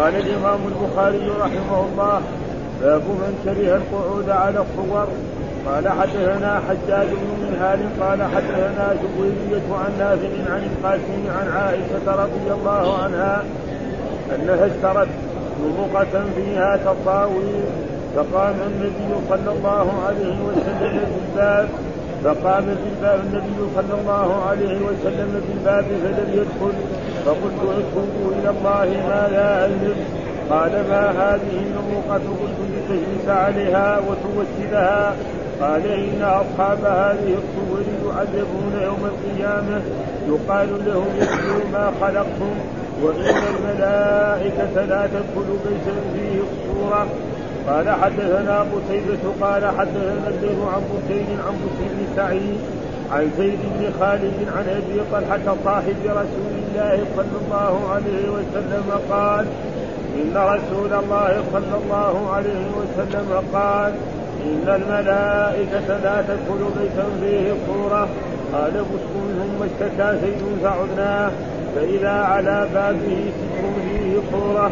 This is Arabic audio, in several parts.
قال الإمام البخاري رحمه الله: باب من كره القعود على الصور. قال حدثنا حجاج بن منهال قال حدثنا جويرية عن نافع عن القاسم عن عائشة رضي الله عنها أنها اشترت نبقة فيها تصاوير، فقام النبي صلى الله عليه وسلم بالباب النبي صلى الله عليه وسلم بالباب فلم يدخل، فقلت اتوبوا إلى الله ما لا أعلم. قال: ما هذه النبقة؟ قلت: لتجلس عليها وتوسدها. قال: إن أصحاب هذه الصور يعذبون يوم القيامة، يقال لهم: اتقوا ما خلقتم، وإن الملائكة لا تدخل بيتا فيه الصورة. قال حدثنا قتيبة قال حدثنا الليث عن بكير عن بكر بن سعيد عن زيد بن خالد عن أبي طلحة صاحب رسول الله صلى الله عليه وسلم قال: إن رسول الله صلى الله عليه وسلم قال: إن الملائكة لا تدخل بيتا فيه صورة. قال مسلم: ثم اشتكى زيد فعدناه، فإذا على بابه ستر فيه صورة.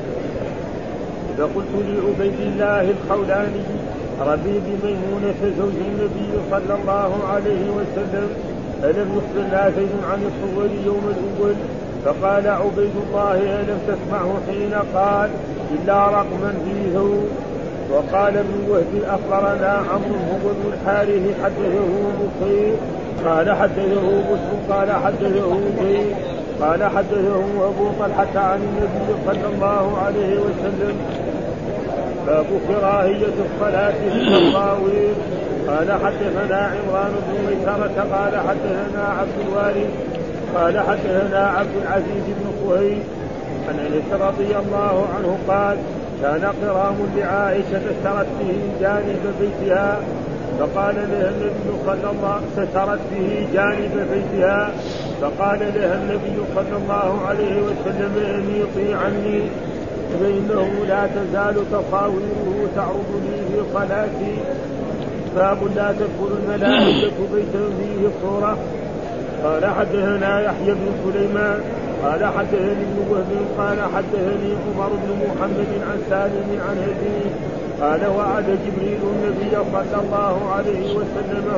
فقلت لعبيد الله الخولاني ربيب ميمونة زوج النبي صلى الله عليه وسلم: ألم يخبرنا زيد عن الصور يوم الأول؟ فقال عبيد الله: ألم تسمعه حين قال: إلا رقما فيه. وقال ابن وهب: أخبرنا عمرو هو ابن الحارث حدثه بكير قال حدثه مسلم قال حدثه زيد قال حدثه أبو طلحة عن النبي صلى الله عليه وسلم: باب كراهية الصلاة في التصاوير. قال حدثنا عمران بن ميسرة قال حدثنا عبد الوارث قال حدثنا عبد العزيز بن صهيب عن انس رضي الله عنه قال: كان قرام لعائشة اشترت به جانب بيتها، فقال لها النبي صلى الله سترت به جانب بيتها، فقال لها النبي صلى الله عليه وسلم: أميطي عني، فإنه لا تزال تصاويره تعرض لي في صلاتي. باب لا تدخل الملائكة بيتا فيه صورة. قال حدثنا يحيى بن سليمان قال حدثني ابن وهب قال حدثني عمر بن محمد عن سالم عن أبيه قال: وعد جبريل النبي صلى الله عليه وسلم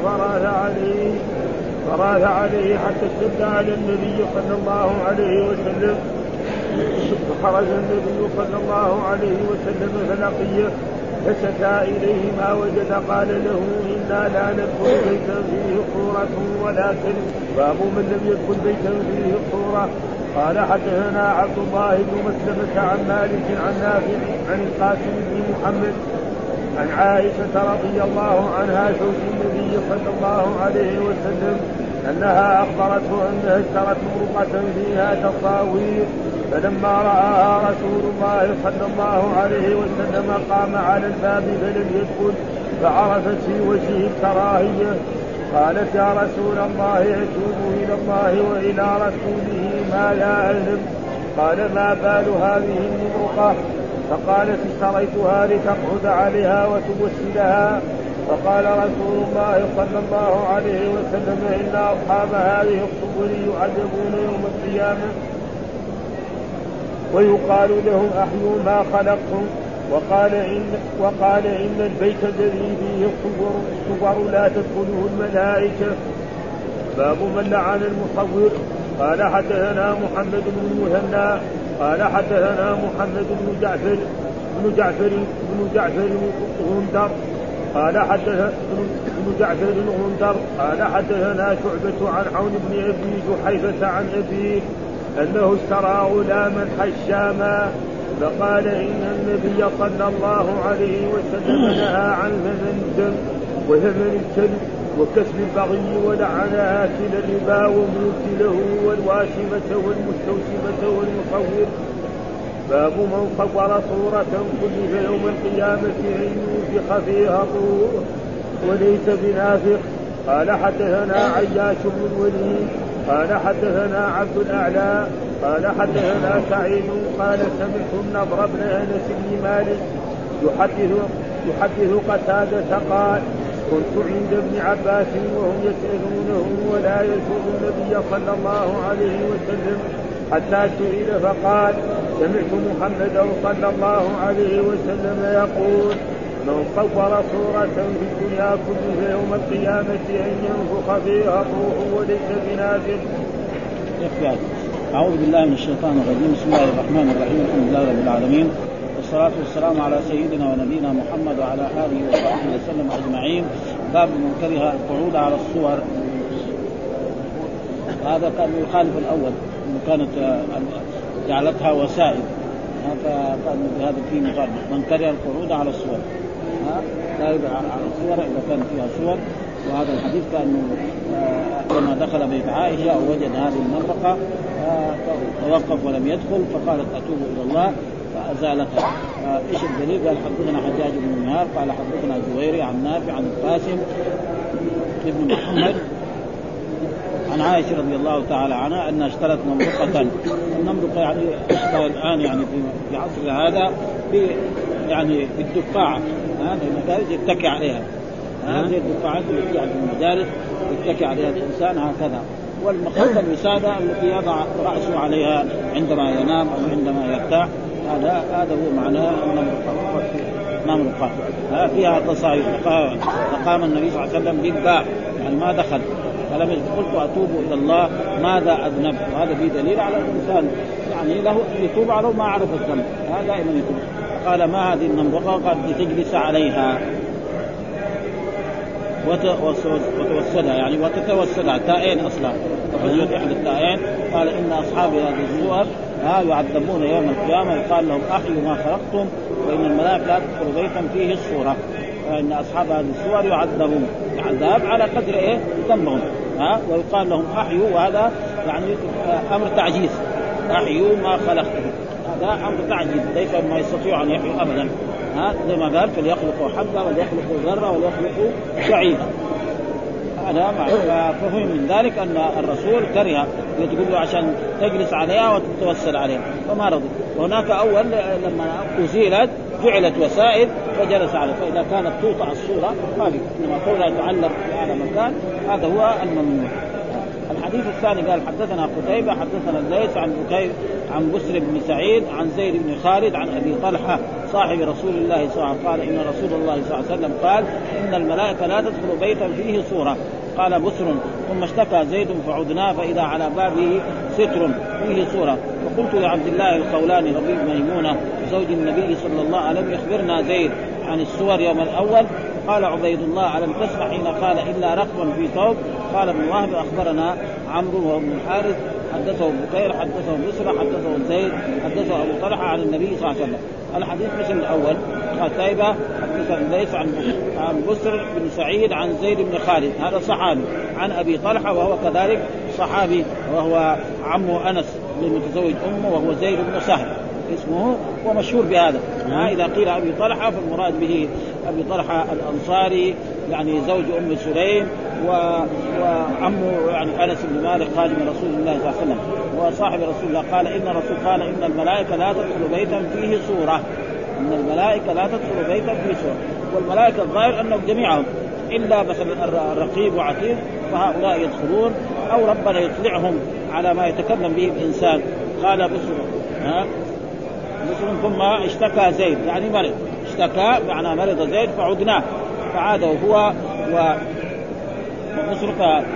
فراث عليه حتى اشتد على النبي صلى الله عليه وسلم، فخرج النبي صلى الله عليه وسلم فلقيه فشكا إليه ما وجد. قال له: إنا لا ندخل بيتا فيه صورة ولكن باب من لم يدخل بيتا فيه صورة. قال حدثنا عبد الله بن مسلمة عن مالك عن نافع عن القاسم بن محمد عن عائشة رضي الله عنها زوج النبي صلى الله عليه وسلم أنها أخبرته أنها اشترت نبقة فيها تصاوير، فلما رآها رسول الله صلى الله عليه وسلم قام على الباب فلم يدخل، فعرفت في وجهه الكراهية. قالت: يا رسول الله أتوب إلى الله وإلى رسوله ما لا أعلم. قال: ما بال هذه النبقة؟ فقالت: اشتريتها لتقعد عليها وتوسدها. فقال رسول الله صلى الله عليه وسلم: إن أصحاب هذه الصور يعذبون يوم القيامة، ويقال لهم: أحيوا ما خلقتم. وقال إن البيت الذي فيه الصور لا تدخله الملائكة. باب من لعن المصور. قال حدثنا محمد بن المثنى قال حدثنا محمد بن جعفر غندر قال حدثنا شعبة عن عون بن أبي جحيفة عن أبيه أنه اشترى غلاما حشاما، فقال: إن النبي صلى الله عليه وسلم نهى عن ثمن الدم وثمن الكلب وكسب البغي، ولعن آكل الربا وموكله والواشمة والمستوشمة والمصور. باب من صور صورة كلف يوم القيامة أن ينفخ فيها الروح وليس بنافخ. قال حدثنا عياش بن الوليد قال حدثنا عبد الأعلى قال حدثنا سعيد قال: سمعت النضر بن أنس بن مالك يحدث قتادة قال: كنت عند ابن عباس وهم يسألونه ولا يسأل النبي صلى الله عليه وسلم حتى سئل فقال: سمعت محمدا صلى الله عليه وسلم يقول من صور صورة في الدنيا كلها يوم القيامة أن ينفخ فيها الروح وليس بنافخ. أعوذ بالله من الشيطان الرجيم. بسم الله الرحمن الرحيم. الحمد لله رب العالمين، والصلاة والسلام على سيدنا ونبينا محمد وعلى آله وصحبه وسلم أجمعين. باب من كره القعود على الصور. هذا كان يخالف الأول، كانت جعلتها وسائل، فكان هذا فيه مخالف. من كره القعود على الصور لا يدعى على الصور إذا كان فيها صور. وهذا الحديث كان لما دخل بيت عائشة ووجد هذه المنطقة توقف ولم يدخل، فقالت أتوب إلى الله فأزالتها. إيش الدليل؟ قال حدثنا حجاج بن منهار قال حدثنا جويري عن نافع عن القاسم ابن محمد عن عائشة رضي الله تعالى عنها أنها اشترت نمرقة. النمرقة يعني اشترى الآن يعني في عصر هذا يعني بالدفاعة، المدارس يتكي عليها، زي الدفاعات التي في المدارس يتكي عليها الإنسان هكذا. والمخدة الوسادة التي يضع رأسه عليها عندما ينام أو عندما يرتاح، هذا هو معناه نمرقة. فيها تصاير. فقام النبي صلى الله عليه وسلم بالباب، يعني ما دخل، فلم قلت أتوب إلى الله ماذا أذنبت. وهذا فيه دليل على الإنسان يعني له يتوب على ما عرف الذنب، هذا دائما يتوب. قال ما هذه النمرقة؟ قال لتجلس عليها وتوسدها، يعني وتتوسدها تائين أصلا، فقد أحد التائين. قال إن أصحاب هذه الصور يعذبون يوم القيامة، يقال لهم أحيوا ما خلقتم، وإن الملائكة لا تدخل بيتا فيه الصورة. فإن أصحاب هذه الصور يعذبون عذاب على قدر ذنبهم، ويقال لهم أحيوا، وهذا يعني أمر تعجيز، أحيوا ما خلقتم، هذا أمر تعجيز، ليس ما يستطيع أن يحيوا أبدا. زي ما قال فليخلقوا حبة وليخلقوا ذرة وليخلقوا شعيرا. هذا ففهم من ذلك أن الرسول كره، يقول له عشان تجلس عليها وتتوسل عليها، فما رضي. وهناك أول لما أزيلت جعلت وسائل فجلس عليها، فإذا كانت توطأ الصورة ما في، إنما كونها تعلق على مكان هذا هو الممنوع. الحديث الثاني قال حدثنا قتيبة حدثنا الليث عن بكير عن بسر بن سعيد عن زيد بن خالد عن أبي طلحة صاحب رسول الله صلى الله عليه وسلم قال إن رسول الله صلى الله عليه وسلم قال إن الملائكة لا تدخل بيتا فيه صورة. قال بسر ثم اشتكى زيد فعدنا فإذا على بابه ستر فيه صورة. فقلت لعبد الله الخولاني ربيب ميمونة زوج النبي صلى الله عليه وسلم يخبرنا زيد عن الصور يوم الأول. قال عبيد الله ألم تسمع حين قال إلا رقبا في ثوب. قال ابن وهب أخبرنا عمرو وابن الحارث حدثه بكير حدثه بسرى حدثه زيد حدثه أبو طلحة عن النبي صلى الله عليه وسلم. الحديث مثل الأول. قتيبة حدثنا ليس عن بسر بن سعيد عن زيد بن خالد، هذا صحابي، عن أبي طلحة وهو كذلك صحابي، وهو عمه أنس المتزوج أمه، وهو زيد بن سهل اسمه ومشهور بهذا. إذا قيل أبي طلحة فالمراد به أبي طلحة الأنصاري، يعني زوج أم سليم وعمه يعني أنس بن مالك خادم رسول الله صلى الله عليه وسلم، وصاحب رسول الله. قال إن الرسول قال إن الملائكة لا تدخل بيتا فيه صورة، إن الملائكة لا تدخل بيتا فيه صورة. والملائكة الظاهر أنهم جميعهم إلا مثلا الرقيب وعتيد فهؤلاء يدخلون، أو ربنا يطلعهم على ما يتكلم به الإنسان. قال بسر ثم اشتكى زيد، يعني مرض، اشتكى معنى مرض زيد فعدناه فعاد هو وبسر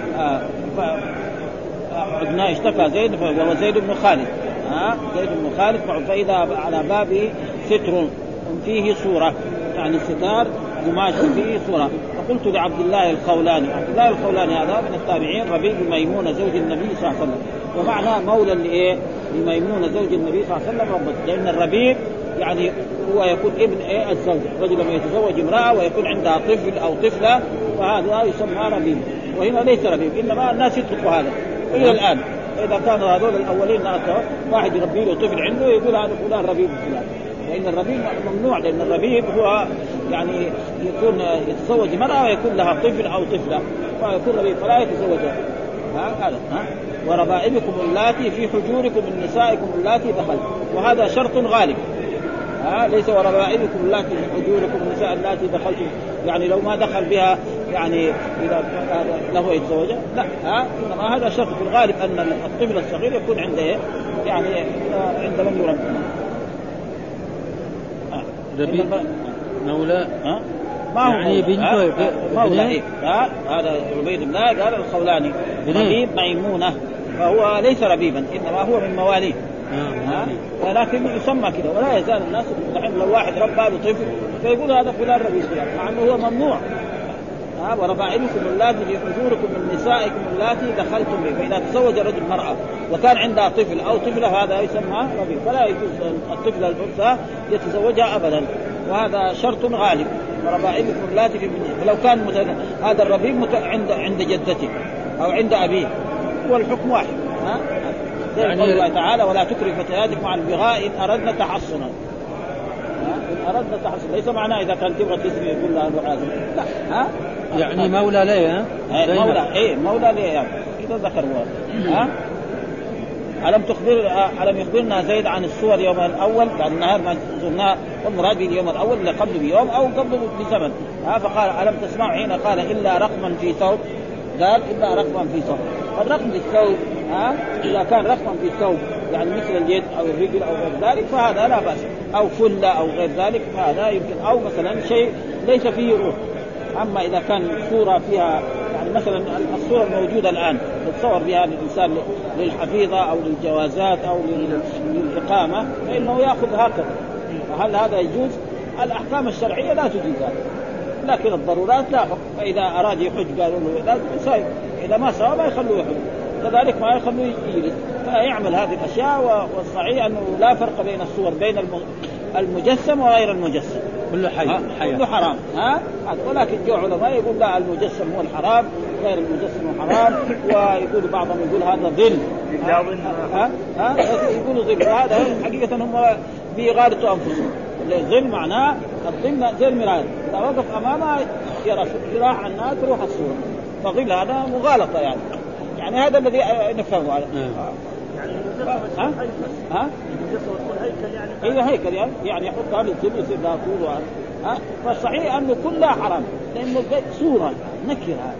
عدناه اشتكى زيد وهو زيد بن خالد، زيد بن خالد. فإذا على بابه ستر فيه صورة، يعني ستار قماش فيه صورة. فقلت لعبد الله الخولاني، عبد الله الخولاني هذا من التابعين، ربيب ميمونة زوج النبي صلى الله عليه وسلم، ومعناه مولى لإيه لميمونة زوج النبي صلى الله عليه وسلم، لأن الربيب يعني هو يكون ابن الزوج، رجل لما يتزوج امرأة ويكون عندها طفل أو طفلة فهذا يسمى ربيب. وهنا ليس ربيب، إنما الناس يتركوا هذا إلى الآن. إذا كانوا هذول الأولين واحد يربي له طفل عنده يقول هذا فلان ربيب فلان، لأن الربيب ممنوع، لأن الربيب هو يعني يكون يتزوج مرأة ويكون لها طفل أو طفلة فيكون ربيب فلا يتزوجها. هذا وربائبكم اللاتي في حجوركم من نسائكم اللاتي دخل، وهذا شرط غالب. ليس وربائبكم اللاتي في حجوركم من نساء اللاتي دخلتم، يعني لو ما دخل بها يعني إذا له يتزوجها لا، إنما هذا شرط. في الغالب أن الطفل الصغير يكون عنده يعني عند من يربي. ربيب مولى ما هو يعني بنته مولى إيه؟ هذا عبيد الله قال الخولاني ربيب ميمونة، فهو ليس ربيبا إنما هو من مواليه. ولكن يسمى كده، ولا يزال الناس الحين لو واحد ربى له طفل فيقول هذا فلان ربيب فلان، مع أنه هو ممنوع. وربائبكم اللاتي في حجوركم من نسائكم اللاتي دخلتم به، فإذا تزوج رجل مرأة وكان عندها طفل أو طفلة هذا يسمى ربيب، فلا يجوز الطفل الأنثى يتزوجها أبدا، وهذا شرط غالب. وربائبكم اللاتي في فلو كان هذا الربيب عند جدته أو عند أبيه والحكم واحد. يعني الله تعالى ولا تكرهوا فتياتكم على البغاء إن أردنا تحصنا. أردنا تحصل ليس معناه إذا كان تبغى تسمي يقول لها المعازم، لا. يعني مولى ليه مولى مولى ليه يعني إذا ذكر هو. ألم يخبرنا زيد عن الصور يوم الأول بعد النهار ما زرناه، والمراد باليوم الأول اللي قبل بيوم أو قبل بزمن. فقال ألم تسمعوا حين قال إلا رقما في ثوب، قال إلا رقما في ثوب. الرقم في الثوب إذا كان رقما في الثوب يعني مثل اليد أو الرجل أو غير ذلك فهذا لا بأس، أو فلة أو غير ذلك فهذا يمكن، أو مثلا شيء ليس فيه روح. أما إذا كان صورة فيها يعني مثلا الصورة الموجودة الآن تتصور بها الإنسان للحفيظة أو للجوازات أو للإقامة فإنه يأخذ هكذا. فهل هذا يجوز؟ الأحكام الشرعية لا تجيز هذا، لكن الضرورات لا. فإذا أراد يحج قالوا له لازم يساوي، إذا ما سوى ما يخلوه يحج، كذلك ما يخلوه يجلس. فيعمل هذه الأشياء. والصحيح أنه لا فرق بين الصور بين المجسم وغير المجسم، كله كله حرام. ولكن جو علماء يقول لا المجسم هو الحرام غير المجسم حرام، ويقول بعضهم يقول هذا ظل. يقولوا ظل، هذا حقيقة هم بيغالطوا أنفسهم. الظل معناه الظل زي المراية، إذا وقف أمامه يراح الناس تروح الصورة، فظل هذا مغالطة يعني هذا الذي نفهمه هذا. هيكل يعني يحط هذا الظل يصير له طول. فالصحيح أنه كلها حرام لأنه صورة نكرة.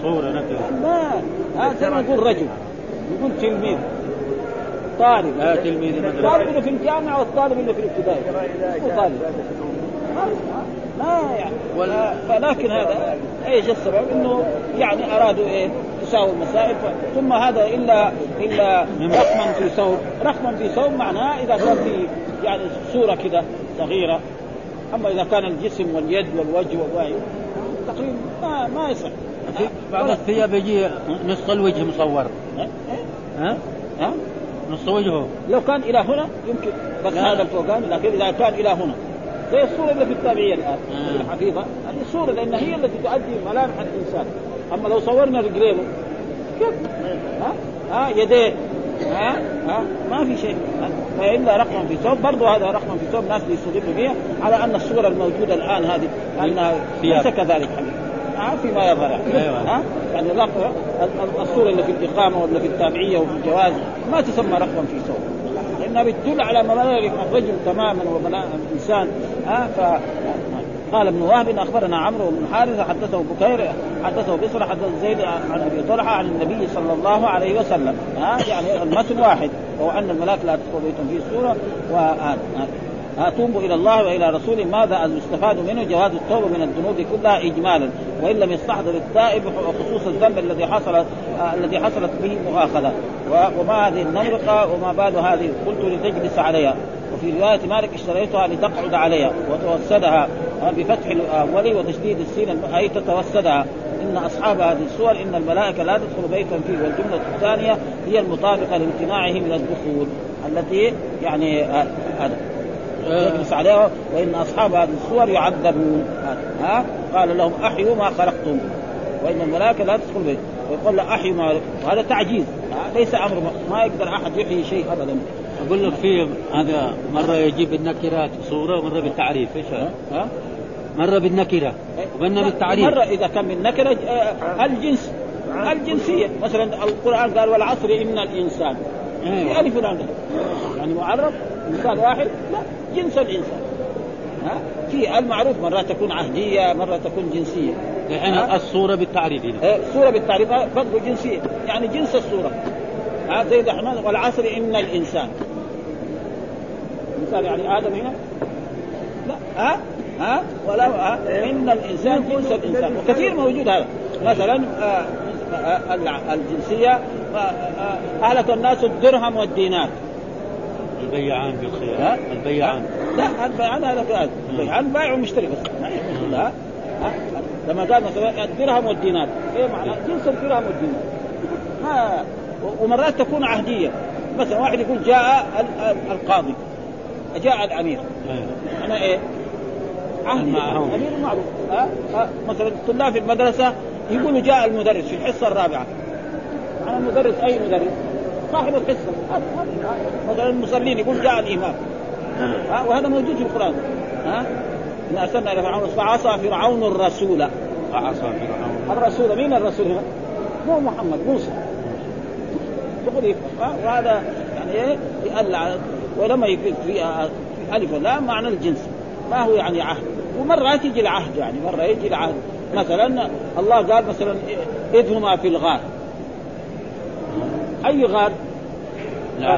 ما زي ما يقول رجل، يقول تلميذ، طالب، طالب اللي في الجامعة والطالب اللي في الابتدائي طالب. ما يعني ولكن هذا ايش السبب؟ انه يعني ارادوا تساوي المسائل. ثم هذا الا رقما في ثوب. رقما في ثوب معناه اذا كان في يعني صورة كده صغيرة، اما اذا كان الجسم واليد والوجه والوجه تقريبا ما يصح. بعض الثياب يجي نص الوجه مصور. نص وجهه لو كان الى هنا يمكن، بس هذا الفوقان. لكن اذا كان الى هنا زي الصورة اللي في التابعية الآن الحقيقة هذه الصورة، لأن هي التي تؤدي ملامح الإنسان. أما لو صورنا رجلينه كيف يديه ما في شيء. فإلا رقم في ثوب، برضو هذا رقم في ثوب ناس بيستدلوا بها على أن الصورة الموجودة الآن هذه أنها ليس كذلك فيما يظهر. يعني الصورة اللي في الإقامة ولا في التابعية وفي الجواز ما تسمى رقم في ثوب، لأنها بتدل على ملامح الرجل تماما وملامح الإنسان. قال ابن وهب أخبرنا عمرو بن حارثة حدثه بكير حدثه بصرة حدث زيد عن أبي طلحة عن النبي صلى الله عليه وسلم. يعني المتن واحد، وهو أن الملاك لا تدخل بيت فيه السورة. توبوا إلى الله وإلى رسوله. ماذا المستفاد منه؟ جواز التوبة من الذنوب كلها إجمالا، وإن لم يستحضر التائب خصوص الذنب الذي حصلت به مؤاخذة. وما هذه النمرقة وما بال هذه؟ قلت لتجلس عليها. وفي رواية مالك اشتريتها لتقعد عليها وتوسدها بفتح الأول وتشديد السين أي تتوسدها. إن أصحاب هذه الصور إن الملائكة لا تدخل بيتا فيه. والجملة الثانية هي المطابقة لامتناعه من الدخول التي يعني هذا يجلس عليها. وإن أصحاب هذه الصور يعذبون. قال لهم أحيوا ما خلقتم، وإن الملائكة لا تدخل بيت. ويقول له أحيوا ما، وهذا تعجيز ليس أمر ما يقدر أحد يحيي شيء أبدا. أقول لك فيه هذا مرة يجيب النكرات صورة ومرة بالتعريف. إيش مرة بالنكرة ومرة بالتعريف. مرة إذا كان بالنكرة الجنسية، مثلا القرآن قال والعصر إن الإنسان ألف يعني معرف إنسان واحد، لا جنس الإنسان. في المعروف مرة تكون عهدية مرة تكون جنسية. الحين الصورة بالتعريف هنا الصورة بالتعريف برضو جنسية، يعني جنس الصورة. زي الرحمن والعصر إن الإنسان يعني آدم هنا لا ولا إن الإنسان جنس الإنسان، وكثير موجود هذا. مثلا الجنسية أهلك الناس الدرهم والدينار. البيعان بالخيار البيعان لا البيعان هذا البيعان بايع ومشتري بس لا. لما قال مثلا الدرهم والدينار ايه معنى جنس الدرهم والدينار. ومرات تكون عهدية، مثلا واحد يقول جاء القاضي جاء الأمير أنا إيه عهدي أمير معروف. مثلا الطلاب في المدرسة يقولوا جاء المدرس في الحصة الرابعة. أنا مدرس أي مدرس صاحب الحصة. مثلا المصلين يقول جاء الإمام. وهذا موجود في القرآن. إن أرسلنا إلى فرعون فعصى فرعون الرسول. الرسول مين الرسول هنا؟ مو محمد موسى. تقول وهذا يعني إيه يقل. ولما يكون في ألف ولا معنى الجنس ما هو يعني عهد. ومرات يجي العهد، يعني مرة يجي العهد. مثلا الله قال مثلا إذ هما في الغار. أي غار؟ لا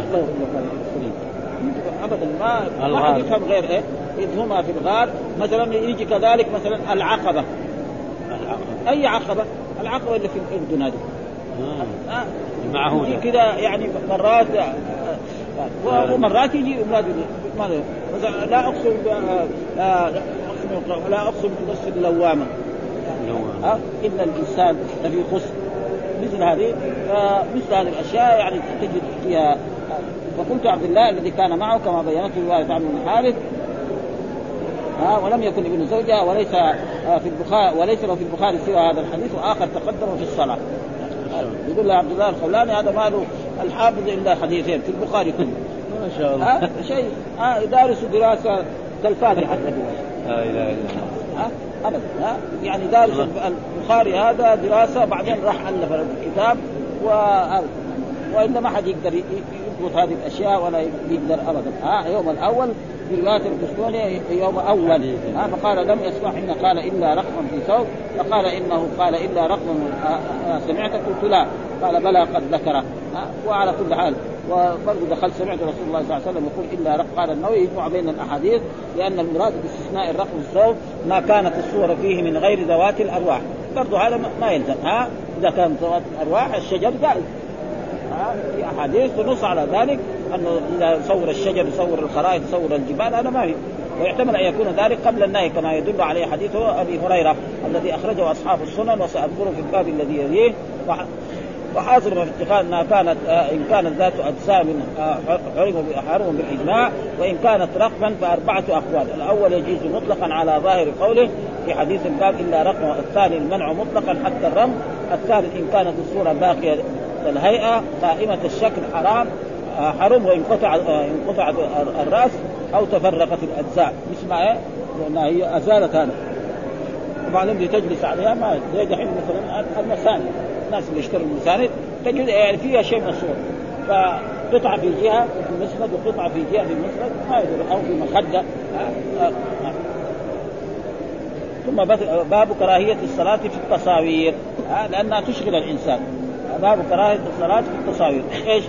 أبدا ما حد يفهم غير إيه إذ هما في الغار. مثلا يجي كذلك مثلا العقبة. أي عقبة؟ العقبة اللي في الأردن هذه معهودة كذا يعني مرات. ومرات يجي لا أقسم بالنفس اللوامة إن الإنسان لفي خسر. مثل هذه الأشياء يعني تجد فيها. وقلت عبد الله الذي كان معه كما بينته رواية عن بن حارث ولم يكن ابن زوجها وليس في البخاري وليس له في البخاري سوى هذا الحديث وآخر تقدم في الصلاة. يقول له عبد الله الخولاني هذا ماله الحافظ إلا حديثين في البخاري كله ما شاء الله. شيء يدارس دراسة كالفاتحة لا إله إلا الله أبدا. يعني دارس البخاري هذا دراسة بعدين راح ألف الكتاب وإلا ما حد يقدر يضبط هذه الأشياء ولا يقدر أبدا. يوم الأول في رواية الكستوني يوم أول فقال لم يسمع حين قال إلا رقما في ثوب فقال إنه قال إلا رقما سمعت قلت لا قال بلى قد ذكره. وعلى كل حال وبرضه دخل سمعت رسول الله صلى الله عليه وسلم يقول إلا رق. قال النووي يجمع بين الأحاديث لأن المراد باستثناء الرقم الثوب ما كانت الصورة فيه من غير ذوات الأرواح. برضه هذا ما يلزم. إذا كانت ذوات الأرواح الشجر جائز. في أحاديث تنص على ذلك أنه إذا صور الشجر يصور الخرائط يصور الجبال هذا ما هي. ويحتمل أن يكون ذلك قبل النهي كما يدل عليه حديث أبي هريرة الذي أخرجه أصحاب السنن وسأذكره في الباب الذي يليه. وحاصل في اتخاذ أنها كانت إن كانت ذات أجسام حرم بالإجماع وإن كانت رقما فأربعة أقوال. الأول يجوز مطلقا على ظاهر قوله في حديث الباب إلا رقم. الثاني المنع مطلقا حتى الرمل. الثالث إن كانت الصورة باقية الهيئة قائمة الشكل حرم وإن قطع الرأس أو تفرقت الأجزاء مثل ما لأنها هي أزالت هذا وبعدين بتجلس عليها ما زي دحين مثلا المساند. الناس اللي يشتروا المساند تجد يعني فيها شيء من الصور فقطعة في جهة في المسند وقطعة في جهة في المسند ما يدري أو في مخدة. ثم باب كراهية الصلاة في التصاوير لأنها تشغل الإنسان. باب كراهية الصلاة في التصاوير إيش؟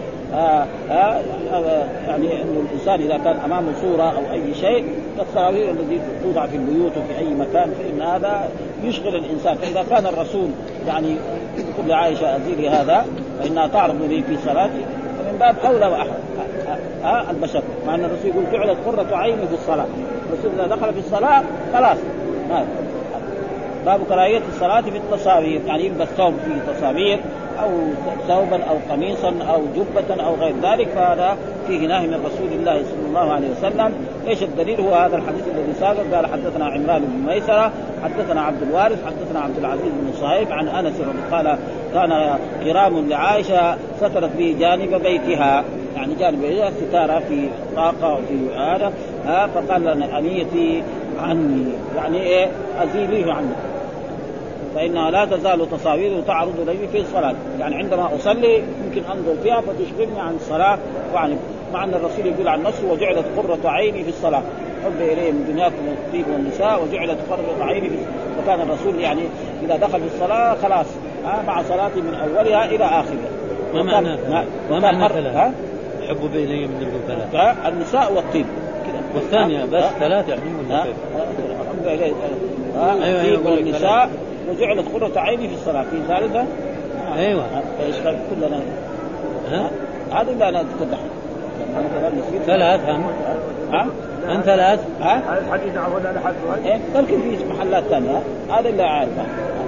يعني أن الإنسان إذا كان أمامه صورة أو أي شيء كالتصاوير التي توضع في البيوت وفي أي مكان فإن هذا يشغل الإنسان. فإذا كان الرسول يعني يقول لعائشة أزيلي هذا فإنها تعرض لي في صلاتي فمن باب أولى وأحد البشر. مع أن الرسول يقول جعلت قرة عيني في الصلاة. الرسول إذا دخل في الصلاة خلاص. باب كراهية الصلاة في التصاوير يعني يلبس ثوب فيه تصاوير أو ثوبا أو قميصا أو جبة أو غير ذلك فهذا فيه نهي من رسول الله صلى الله عليه وسلم. إيش الدليل؟ هو هذا الحديث الذي سابق قال حدثنا عمران بن ميسرة حدثنا عبد الوارث حدثنا عبد العزيز بن صهيب عن أنس قال كان كرام لعائشة سترت به جانب بيتها يعني جانب بيتها ستارة في طاقة وفي هذا فقال لنا أنيتي عني يعني إيه أزيليه عني فإنها لا تزال تصاوير تعرض لي في الصلاة. يعني عندما أصلي يمكن أنظر فيها فتشغلني عن الصلاة وعن مع أن الرسول يقول عن نفسه وجعلت قرة عيني في الصلاة حب إليه من دنياكم الطيب والنساء وجعلت قرة عيني في الصلاة. فكان الرسول يعني إذا دخل في الصلاة خلاص مع صلاته من أولها إلى آخرها ما معنى ثلاث؟ حب إلي من ثلاث النساء والطيب والثانية بس ثلاث يعني ولا كيف؟ الطيب والنساء وجعلت قرة عيني في الصلاة في ثالثة. أيوة إيش كلنا هذا اللي أنا أتكلم ثلاث من ثلاث الحديث عفوا على حد ممكن في محلات ثانية هذا اللي عارفه.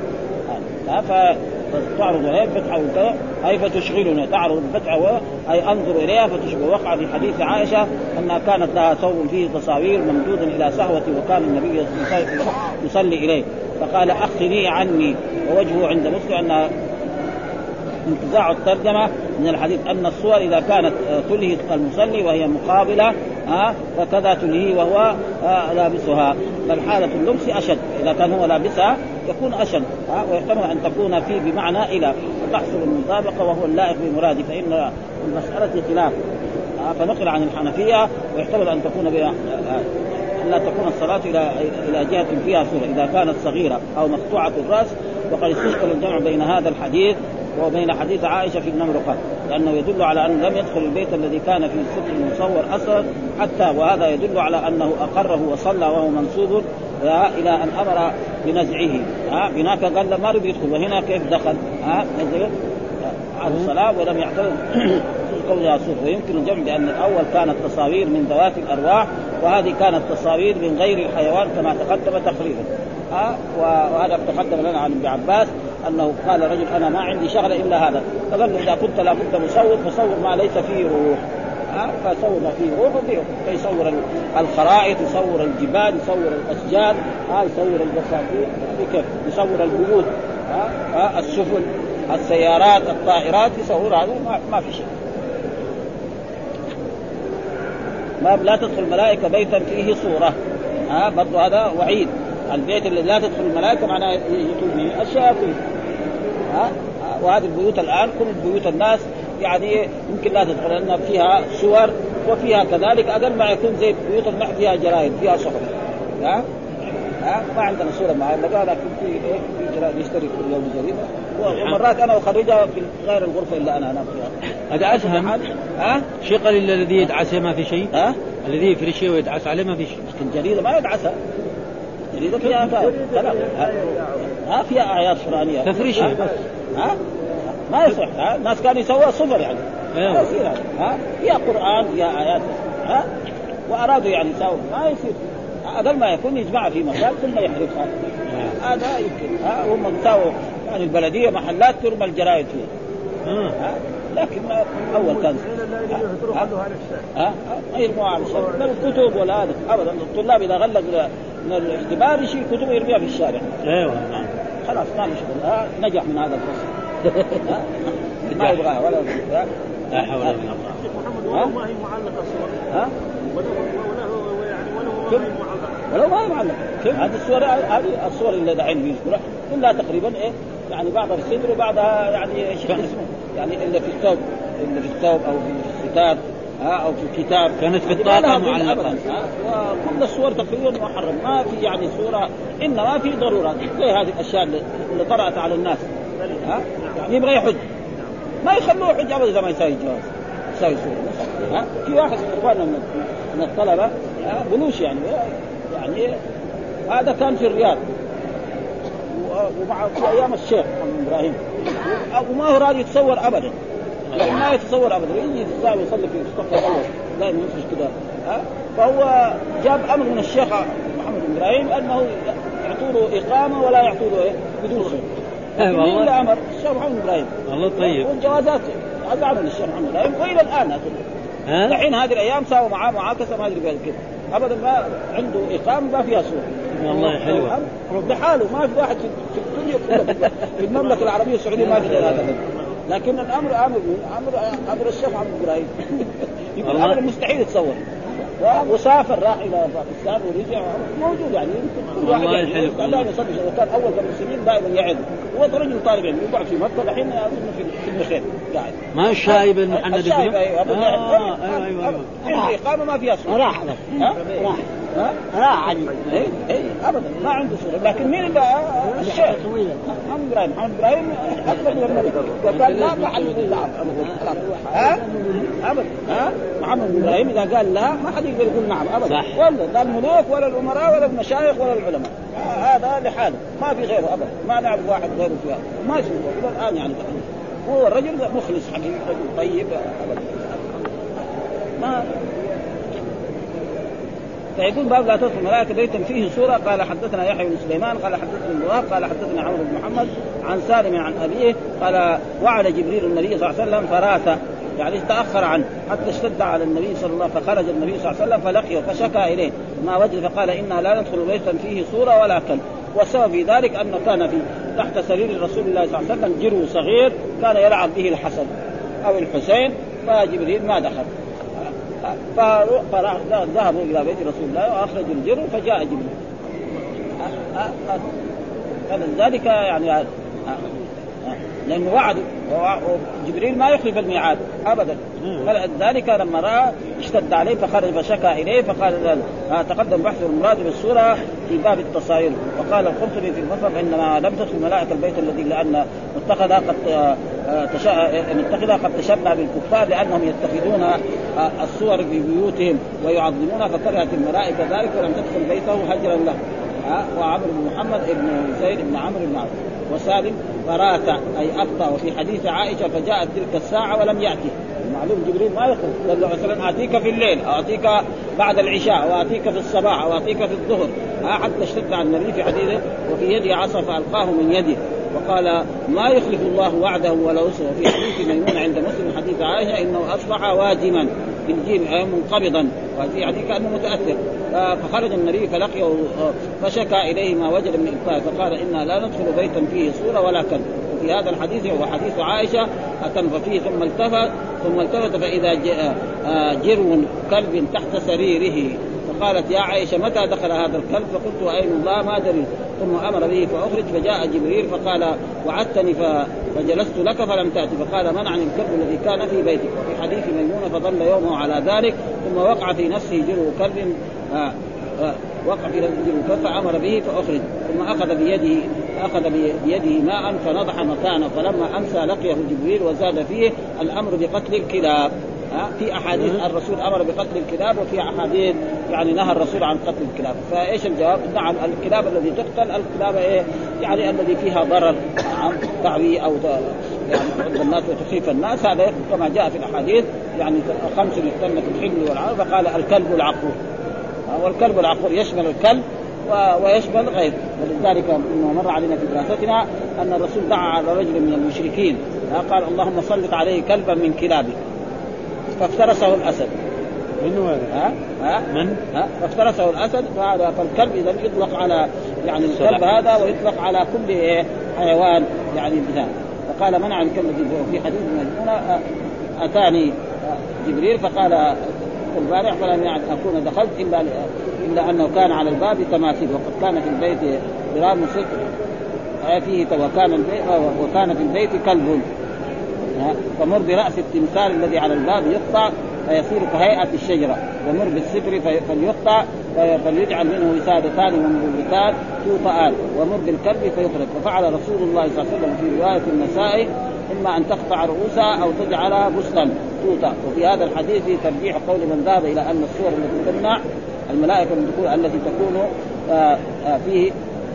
فتعرض عليه فتحة وكذا أي فتشغلنا تعرض الفتحة أي أنظر إليها فتشغل. وقع في حديث عائشة أنها كانت لها ثوب فيه تصاوير ممدودا إلى سهوة وكان النبي يصلي إليه فقال أخذني عني. ووجهه عند مسلم أن انتزاع الترجمة من الحديث أن الصور إذا كانت تلهي المصلي وهي مقابلة فكذا تلهي وهو لابسها فالحالة اللبس أشد. إذا كان هو لابسها يكون أشد ويحتمل أن تكون فيه بمعنى إلى وتحصل المطابقة وهو اللائق بمراده فإن المسألة خلاف. فنقل عن الحنفية ويحتمل أن تكون لا تكون الصلاة إلى جهة فيها صورة إذا كانت صغيرة أو مقطوعة الرأس. وقد استشكل الجمع بين هذا الحديث وبين حديث عائشة في النمرقة لأنه يدل على أن لم يدخل البيت الذي كان فيه الستر المصور أصلا حتى وهذا يدل على أنه أقره وصلى وهو منصوب إلى أن أمر بنزعه. هناك قال ما رضي يدخل وهنا كيف دخل نزل على الصلاة ولم يعترض قولها صور. ويمكن الجمع بأن الأول كانت تصاوير من ذوات الأرواح وهذه كانت تصاوير من غير الحيوان كما تقدم تقريبا. وهذا تقدم لنا عن ابن عباس أنه قال رجل أنا ما عندي شغلة إلا هذا فقال إذا كنت لابد مصور ما ليس فيه روح فصور ما فيه روح فيصور الخرائط يصور الجبال يصور الأشجار يصور البساتين يصور البيوت السفن السيارات الطائرات يصور هذا ما في شيء. ما لا تدخل الملائكة بيتا فيه صورة برضو هذا وعيد. البيت اللي لا تدخل الملائكة معناه يجوا به الشياطين. وهذه البيوت الآن كل بيوت الناس يعني يمكن لا تدخل لأن فيها صور وفيها كذلك أقل ما يكون زي بيوت النحت فيها جرائد فيها صحف. ما عندنا صورة معنا لكن في جرائد يشتري كل يوم جريدة ومرات أنا أخرجها في غير الغرفة إلا أنا أنام فيها. هذا أسهم شقل الذي يدعس ما في شيء الذي يفرش شيء ويدعس عليه ما في شيء. الجريدة ما يدعسها جريدة فيها فيها آيات قرآنية تفريشها بس ما يصح. الناس كانوا يسووا صفر يعني ما يصير فيها قرآن فيها آيات وأرادوا يعني يسووا ما يصير. أقل ما يكون يجمع في مكان ثم يحرقها هذا يمكن. هم سووا يعني البلدية محلات ترمى الجرائد فيها لكن أول كان ما يرموها على الشارع لا الكتب ولا هذا أبدا. الطلاب إذا غلق من الاختبار يشيل كتب يرميها في الشارع. أيوة خلاص ما مشكلة نجح من هذا الفصل. ما يبغاها ولا لا حول ولا قوة. ما هي معلقة صور ولو ما هي معلقة هذه الصور هذه الصور اللي دحين بيذكرها كلها تقريبا يعني بعضها في الصدر وبعضها يعني شيء اسمه يعني إلا في الثوب أو في الستار أو في الكتاب كانت في الطاقة معلقة. وكل الصور تقريبا محرم ما في يعني صورة إنما في ضرورات زي هذه الأشياء اللي طرأت على الناس يعني يبغى يحج ما يخلوه حج أبدا إذا ما يساوي جواز يساوي صورة. في واحد إخواننا من الطلبة بلوش يعني هذا كان في الرياض ومع في أيام الشيخ محمد إبراهيم وما هو راضي يتصور أبدا ما يتصور أبدا يجي يصلي في الصف الأول دائما يمسك كده. فهو جاب أمر من الشيخ محمد إبراهيم أنه يعطوا له إقامة ولا يعطوا له بدون صوت. مين اللي أمر؟ الشيخ محمد إبراهيم. الله طيب. والجوازات هذا عمل الشيخ محمد إبراهيم وإلى الآن الحين هذه الأيام ساووا معاه معاكسة ما أدري كده أبدا ما عنده إقامة ما فيها صوت. والله حلوة بحاله ما في واحد في الدنيا كلها في المملكة العربية السعودية ما في هذا. لكن الأمر أمر الشيخ محمد إبراهيم يقول أمر مستحيل يتصور. وسافر راح إلى باكستان ورجع موجود يعني كل واحد يعني يصدق كان أول كم سنين دائما يعد هو رجل طالب علم يقعد في مكة الحين أظن في المخيم قاعد ما الشايب المحمد الشايب أيوة إقامة ما فيها صوت راح لا عادي ابدا ما عنده صوره. لكن مين بقى الشيخ محمد ابراهيم اكبر من الملك قال لا ما حد يقول نعم ابدا محمد ابراهيم اذا قال لا ما حد يقدر يقول نعم ابدا ولا لا الملوك ولا الامراء ولا المشايخ ولا العلماء هذا لحاله ما في غيره ابدا ما نعرف واحد غيره فيها ما يسوى الى الان يعني هو الرجل مخلص حقيقي رجل طيب ابدا ما. فيقول باب لا تدخل الملائكة بيتا فيه صورة. قال حدثنا يحيى بن سليمان قال حدثنا ابن وهب قال حدثنا عمرو بن محمد عن سالم عن أبيه قال وعد جبريل النبي صلى الله عليه وسلم فراث يعني تأخر عنه حتى اشتد على النبي صلى الله عليه وسلم فخرج النبي صلى الله عليه وسلم فلقيه فشكى إليه ما وجد فقال إنا لا ندخل بيتا فيه صورة ولا كلب. والسبب في ذلك أنه كان في تحت سرير رسول الله صلى الله عليه وسلم جرو صغير كان يلعب به الحسن أو الحسين فجبريل ما دخل فذهبوا إلى بيت رسول الله وأخرجوا الجرو فجاء جبريل فلذلك يعني لأنه وعد وجبريل ما يخلف الميعاد أبدا. فلذلك لما رأى اشتد عليه فخرج فشكى إليه فقال تقدم بحث المراد بالسورة في باب التصاير. وقال القرطبي في المصحف إنما لم تدخل ملائكة البيت الذي لأن متخذها قد تشبه بالكفار لأنهم يتخذون الصور في بيوتهم ويعظمونها فكرهت الملائكة ذلك ولم تدخل بيته هجرا له. وعمرو بن محمد ابن زيد بن عمرو بن عوف وسالم فرات أي أبطأ. وفي حديث عائشة فجاءت تلك الساعة ولم يأتي. معلوم جبريل ما يخرج قال له مثلا آتيك في الليل أو آتيك بعد العشاء أو آتيك في الصباح أو آتيك في الظهر حتى اشتد على النبي في حديثه وفي يده عصا فألقاه من يده وقال ما يخلف الله وعده ولا وصله. في حديث ميمون عند مسلم حديث عائشة إنه أصبح واجما بالجيم منقبضا وفي حديث كأنه متأثر. فخرج النبي فلقيه فشكى إليه ما وجد من إبطاء فقال إنا لا ندخل بيتا فيه صورة ولا كلب. وفي هذا الحديث هو حديث عائشة أتم فيه ثم التفت فإذا جرو كلب تحت سريره فقالت يا عائشة متى دخل هذا الكلب فقلت وأين الله ما دري ثم أمر به فأخرج فجاء جبريل فقال وعدتني فجلست لك فلم تأتي فقال منعني الكلب الذي كان في بيتك. وفي حديث ميمونة فظل يومه على ذلك ثم وقع في نفسه جرو كلب فأمر به فأخرج ثم أخذ بيده ماء فنضح مكانه فلما أمسى لقيه جبريل وزاد فيه الأمر بقتل الكلاب. في أحاديث الرسول أمر بقتل الكلاب وفي أحاديث يعني نهى الرسول عن قتل الكلاب. فإيش الجواب؟ نعم الكلاب الذي تقتل الكلاب يعني الذي فيها ضرر تعوي أو يعني تعد الناس وتخيف الناس هذا كما جاء في الأحاديث يعني 5 يقتلن في الحل والعار فقال الكلب العقور. والكلب العقور يشمل الكلب ويشمل غيره. ولذلك مر علينا في دراستنا أن الرسول دعا على رجل من المشركين قال اللهم سلط عليه كلبا من كلابك فافترسه الأسد. منو هذا؟ من؟ فافترسه الأسد. فالكلب إذا يطلق على يعني الكلب هذا ويطلق على كل حيوان يعني بذلك. فقال منع الكلب في حديث ميمونة أتاني جبريل فقال البارح فلم أكون دخلت إلا أنه كان على الباب تماثيل وقد كان في البيت ضرام صدق فيه وكان في البيت كلب فمر برأس التمثال الذي على الباب يقطع فيصير كهيئة الشجرة ومر بالستر فليقطع فليجعل منه وسادتان ومربتان توطئان ومر بالكلب فيخرج. ففعل رسول الله صلى الله عليه وسلم في رواية النسائي إما أن تقطع رؤوسها أو تجعلها بسطا توطأ. وفي هذا الحديث ترجيح قول من ذهب إلى أن الصور التي تمنع الملائكة من دخول التي تكون فيه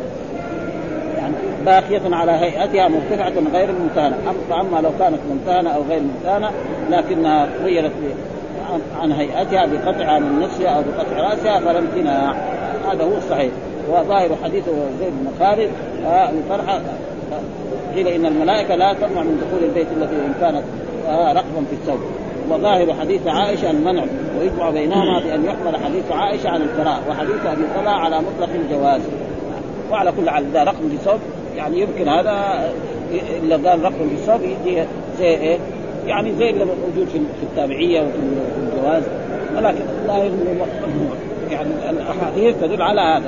يعني باقية على هيئتها مرتفعة غير ممتانة. فأما لو كانت ممتانة أو غير ممتانة لكنها غيرت عن هيئتها بقطعها من نفسها أو بقطع رأسها فلا امتناع. هذا هو الصحيح. وظاهر حديث زيد بن خالد الفرحة قيل إن الملائكة لا تمنع من دخول البيت الذي إن كانت رقبا في الثوب. وظاهر حديث عائشة المنع ويجمع بينهما بأن يحمل حديث عائشة عن الكراهة وحديث أبي طلحة على مطلق الجواز. وعلى كل حال إذا رقم في الثوب يعني يمكن هذا إلا قال رقم في الثوب يجي زي إيه يعني زي اللي موجود في التابعية وفي الجواز. ولكن لا يعني الأحاديث تدل على هذا.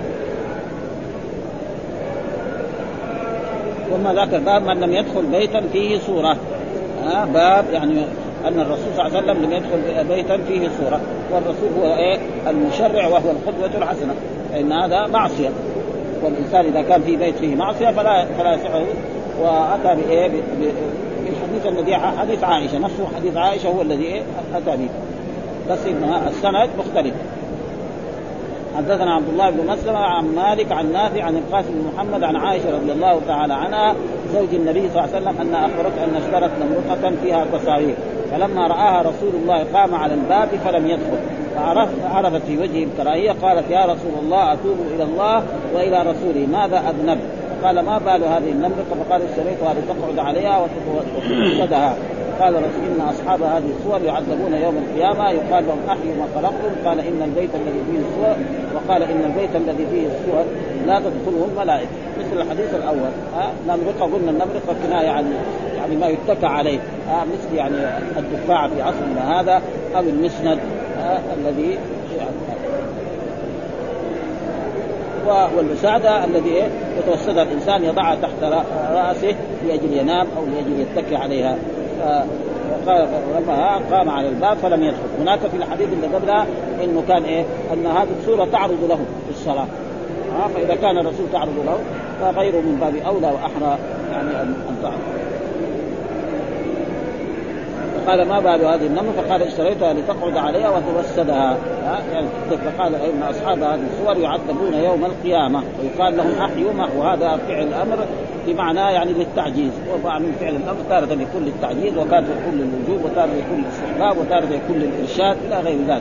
وما ذاك الباب من لم يدخل بيتا فيه صورة باب يعني أن الرسول صلى الله عليه وسلم لم يدخل بيتا فيه صورة، والرسول هو المشرع وهو القدوة الحسنة، فإن هذا معصية، والإنسان إذا كان في بيت فيه معصية فلا يصحه. وأتى بالحديث الذي حديث عائشة نفسه، حديث عائشة هو الذي أتى به، بس إن السند مختلف. حدثنا عبد الله بن مسلمة عن مالك عن نافع عن القاسم بن محمد عن عائشة رضي الله تعالى عنها زوج النبي صلى الله عليه وسلم أن أخبرته أن اشترت نمرقة فيها تصاوير، فلما رآها رسول الله قام على الباب فلم يدخل، فعرفت في وجهه الكراهية، قالت يا رسول الله أتوب إلى الله وإلى رسوله، ماذا أذنب؟ قال ما بال هذه النمرقة؟ فقال اشتريتها لتقعد عليها وتفسدها. قال رسول إن أصحاب هذه الصور يعذبون يوم القيامة، يقال لهم أحيوا ما خلقتم، قال إن البيت الذي فيه الصور، وقال إن البيت الذي فيه الصور لا تدخله الملائكة، مثل الحديث الأول. نمرقة قلنا النمرقة كناية يعني ما يتكى عليه، مثل يعني الدفاع في عصرنا هذا، أو المسند الذي والوسادة الذي يتوسد الإنسان يضعها تحت رأسه لأجل ينام أو لأجل يتكي عليها. وقال لما قام على الباب فلم يدخل. هناك في الحديث اللي قبلها إنه كان أن هذه الصورة تعرض له في الصلاة، فإذا كان الرسول تعرض له فغيره من باب أولى وأحرى يعني أن تعرض. قال ما بال هذه النمر؟ فقال اشتريتها لتقعد عليها وتوسدها، يعني فقال ان اصحاب هذه الصور يعذبون يوم القيامه، ويقال لهم احيوا، وهذا فعل الامر بمعنى يعني للتعجيز، ومعنى فعل الامر تارة يكون للتعجيز، وتارة يكون للوجوب، وتارة يكون للاستحباب، وتارة يكون للارشاد الى غير ذلك.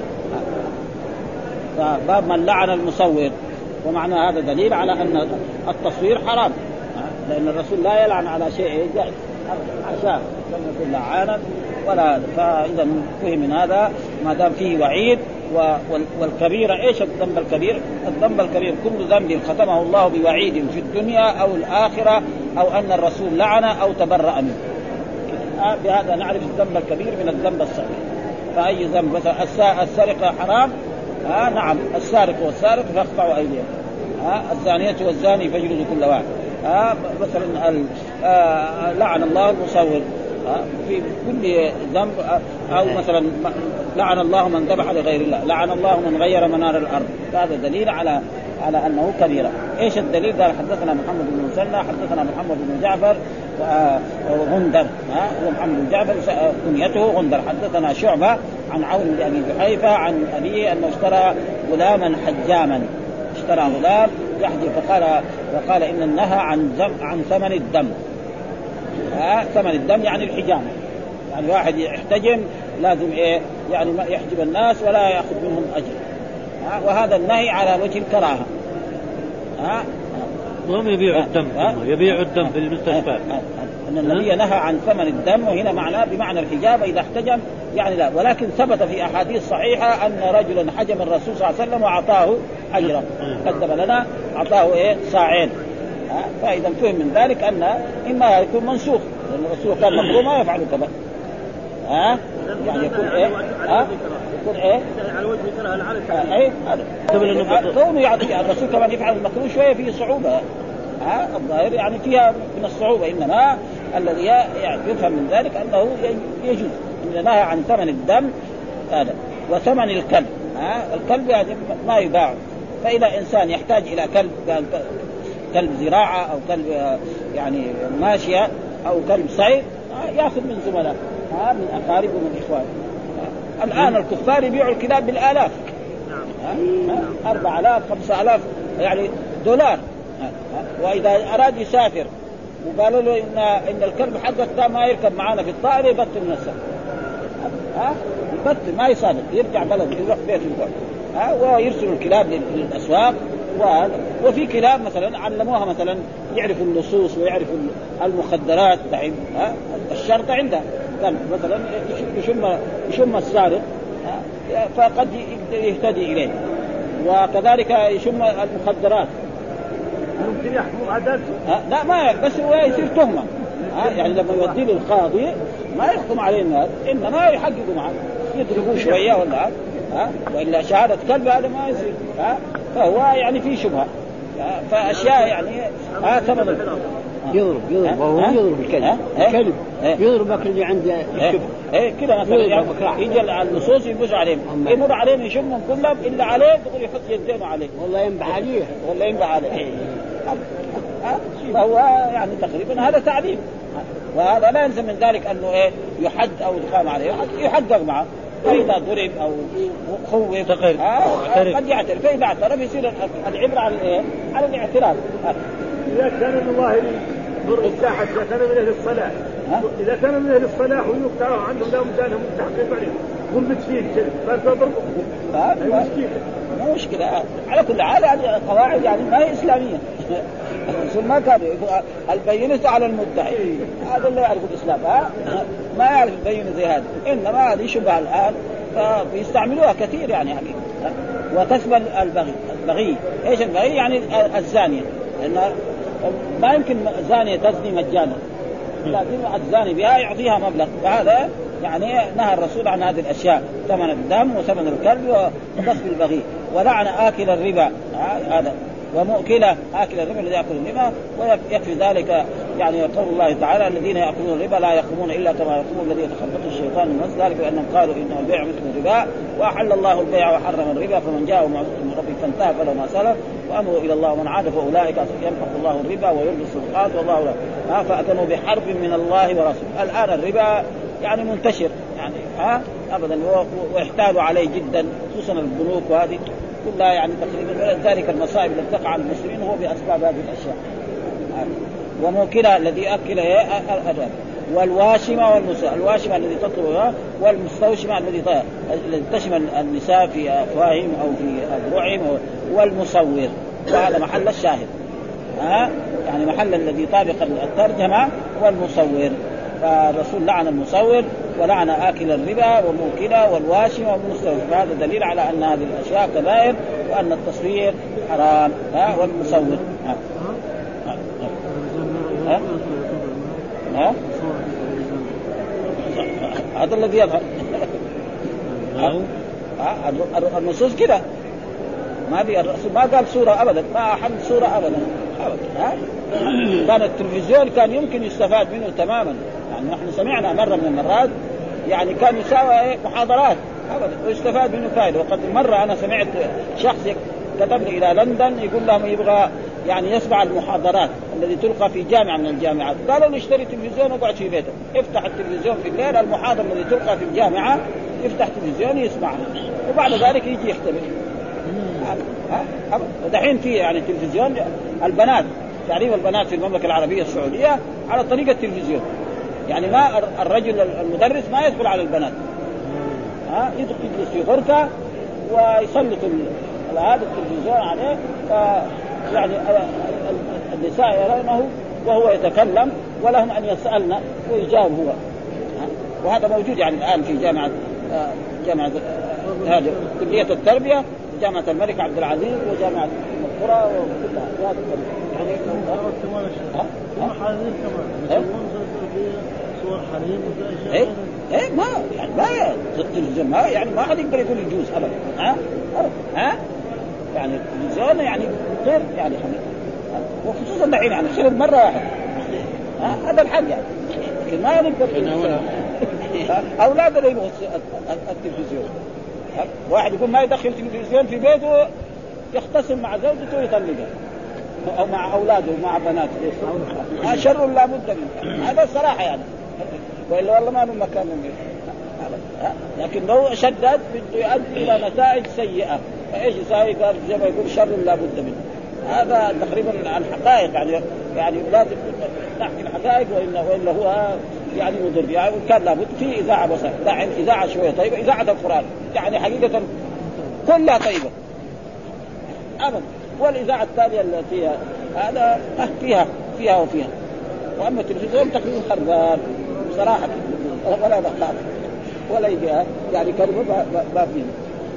فباب من لعن المصور، ومعنى هذا دليل على ان التصوير حرام، لان الرسول لا يلعن على شيء جائز عشان لم يكن لعانا ولا. فإذا فهم من هذا ما دام فيه وعيد. والكبيرة ايش الذنب الكبير؟ الذنب الكبير كل ذنب ختمه الله بوعيد في الدنيا او الآخرة، او ان الرسول لعنه او تبرأ منه. بهذا نعرف الذنب الكبير من الذنب الصغير. فأي ذنب مثلا السرقة حرام، نعم السارق والسارق فاقطعوا أيديهم، الزانية والزاني فاجلدوا كل واحد. مثلا لعن الله المصور في كل ذنب، أو مثلا لعن الله من ذبح لغير الله، لعن الله من غير منار الأرض. هذا دليل على أنه كبيرة. إيش الدليل؟ قال حدثنا محمد بن مسنى حدثنا محمد بن جعفر غندر، هو محمد بن جعفر كنيته غندر. حدثنا شعبة عن عون بن أبي جحيفة عن أبيه أنه اشترى غلاما حجاما، اشترى غلام يحجب، فقال إن النهى عن ثمن الدم. ثمن الدم يعني الحجامة، يعني واحد يحتجم لازم يعني ما يحجب الناس ولا يأخذ منهم أجر، وهذا النهي على وجه الكراهة. هم يبيعوا الدم، يبيعوا الدم في المستشفى. أن النبي نهى عن ثمن الدم، وهنا معناه بمعنى الحجاب إذا احتجم يعني لا. ولكن ثبت في أحاديث صحيحة أن رجلا حجم الرسول صلى الله عليه وسلم وأعطاه أجرا، قدم لنا أعطاه صاعين. فإذا فهم من ذلك أن إما يكون منسوخ، لأن الرسول كان مكروه ما يفعل كذا، يعني يكون يكون على وجه كره العرب. هذا كونه يعطي الرسول كمان يفعل المكروه شوية فيه صعوبة، الظاهر يعني فيها من الصعوبة، إنما الذي يعني يفهم من ذلك أنه يجوز. إن نهى عن ثمن الدم هذا وثمن الكلب. الكلب يعني ما يباع، فإذا إنسان يحتاج إلى كلب زراعة أو كلب يعني ماشية أو كلب صيد يأخذ من زملاء، من أقارب ومن إخوان. الآن الكفار يبيعوا الكلاب بالآلاف، 4000 5000 يعني دولار. وإذا أراد يسافر وقالوا له إن الكلب حقك ده ما يركب معنا في الطائرة يبطل من السفر، يبطل ما يصادق، يرجع بلد يروح بيته ويرسلوا الكلاب للأسواق. وفي كلاب مثلا علموها مثلا يعرفوا اللصوص ويعرفوا المخدرات، الشرطة عندها كان مثلا يشم السارق فقد يهتدي إليه، وكذلك يشم المخدرات ممكن يحكموا عدد. لا ما بس هو يصير تهمة، يعني لما يوديه للقاضي ما يحكم عليه الناس، إنما يحققوا معه يضربوه شوية ولا وإلا شهادة كلب هذا ما يصير. فهو يعني في شبهة، فأشياء يعني ثمن يضرب وهو يضرب الكلب يضرب اللي عند الشبه كده مثلا يجي النصوص يبوس عليهم يمر عليهم يشمهم كلهم إلا عليه تقول يحط يدينه عليه والله ينبح عليه فهو يعني تقريبا هذا تعليم، وهذا لا يلزم من ذلك أنه يحد أو يقام عليه، يحقق معه فإذا ضرب أو خوف قد يعترف، فإذا اعترف يصير العبرة على الاعتراف. إذا كان من الله ضر الساحة، إذا كان من أهل الصلاة إذا كان من أهل الصلاة ويقترح عنهم لا مجانهم مستحقين عليه قل بتفيد ما تضربه مو مشكلة. على كل حال هذه قواعد يعني ما هي إسلامية. الرسول ما كان البينة على المدعي، هذا اللي يعرف الإسلام ما يعرف البينة زي هذا، إنما هذه شبهة الآن فبيستعملوها كثير يعني وتثبت البغي. إيش البغي؟ يعني الزانية، لأن ما يمكن زانية تزني مجانا، لازم الزاني بها يعطيها مبلغ، فهذا يعني نهى الرسول عن هذه الأشياء، ثمن الدم وثمن الكلب وكسب البغي. ولعن آكل الربا، هذا ومؤكله آكل الربا الذي يأكل الربا. ويكفي ذلك يعني قول الله تعالى الذين يأكلون الربا لا يقومون إلا كما يقوم الذي يتخبطه الشيطان من مس، ذلك بأنهم قالوا إنه البيع مثل الربا وأحل الله البيع وحرم الربا، فمن جاءه موعظة من ربه فانتهى فله ما سلف وأمره إلى الله، ومن عاد فأولئك يمحق الله الربا ويربي الصدقات والله لا فأتنوا بحرب من الله ورسوله. الآن الربا يعني منتشر يعني أبدا ويحتالوا عليه جدا، خصوصا البنوك وهذه كلها يعني تقريبا ذلك المصائب التي تقع على المسلمين هو بأسباب هذه الأشياء. وموكلة الذي أكل الربا، والواشمة والمساء، الواشمة الذي تطلبها، والمستوشمة الذي تشمل النساء في أفواههم أو في أذرعهم، والمصور، وهذا محل الشاهد يعني محل الذي طابق الترجمة والمصور. فالرسول لعن المصور ولعن آكل الربا وموكله والواشم والمستوشم، فهذا دليل على أن هذه الأشياء كبائر وأن التصوير حرام والمصور هذا الذي يظهر النصوص كده. ما بي الرسول ما قال صورة أبدا، ما أحد صورة أبدا. كان التلفزيون كان يمكن يستفاد منه تماما، يعني نحن سمعنا مرة من المرات يعني كان يساوي محاضرات أبدا ويستفاد منه فائدة. وقد مرة أنا سمعت شخص كتب لي إلى لندن يقول لهم يبغى يعني يسمع المحاضرات التي تلقى في جامعة من الجامعات، قالوا له اشتري تلفزيون وقعد في بيته، افتح التلفزيون في الليل المحاضرة التي تلقى في الجامعة، يفتح تلفزيون يسمعها وبعد ذلك يجي يختبر. ودحين في يعني التلفزيون البنات تعليم البنات في المملكة العربية السعودية على طريقة التلفزيون، يعني ما الرجل المدرس ما يدخل على البنات يجلس في غرفة ويسلط هذا التلفزيون عليه، يعني النساء يرونه وهو يتكلم ولهم أن يسألنا ويجاوب هو. وهذا موجود يعني الآن في جامعة هذه كلية التربية، جامعة الملك عبد العزيز وجامعة القرى وكلها يعني صور حريم ما يعني ما التلفزيون ما يعني ما حد يقدر يقول يجوز ابدا يعني التلفزيون يعني غير يعني وخصوصا الحين يعني خلال مرة واحدة هذا الحل يعني، لكن ما نقدر أولادنا يبغوا التلفزيون. واحد يقول ما يدخل التلفزيون في بيته يختصم مع زوجته ويطلقها أو مع أولاده ومع بناته، شر لا بد منه، هذا الصراحة يعني، وإلا والله ما من مكان منه. لكن لو شدد بده يؤدي إلى نتائج سيئة، فإيش يساوي؟ قال زي ما يقول شر لا بد منه. هذا تقريبا عن حقائق يعني لازم نحكي الحقائق وإلا هو يعني مضر يعني. كان لابد في إذاعة بس إذاعة شوية طيبة، إذاعة القرآن يعني حقيقة كلها طيبة أبدا، والإذاعة الثانية التي هذا فيها وفيها. وأما التلفزيون تقريبا خربان صراحة ولا دخل ولا يجي يعني كلمة ما فيه.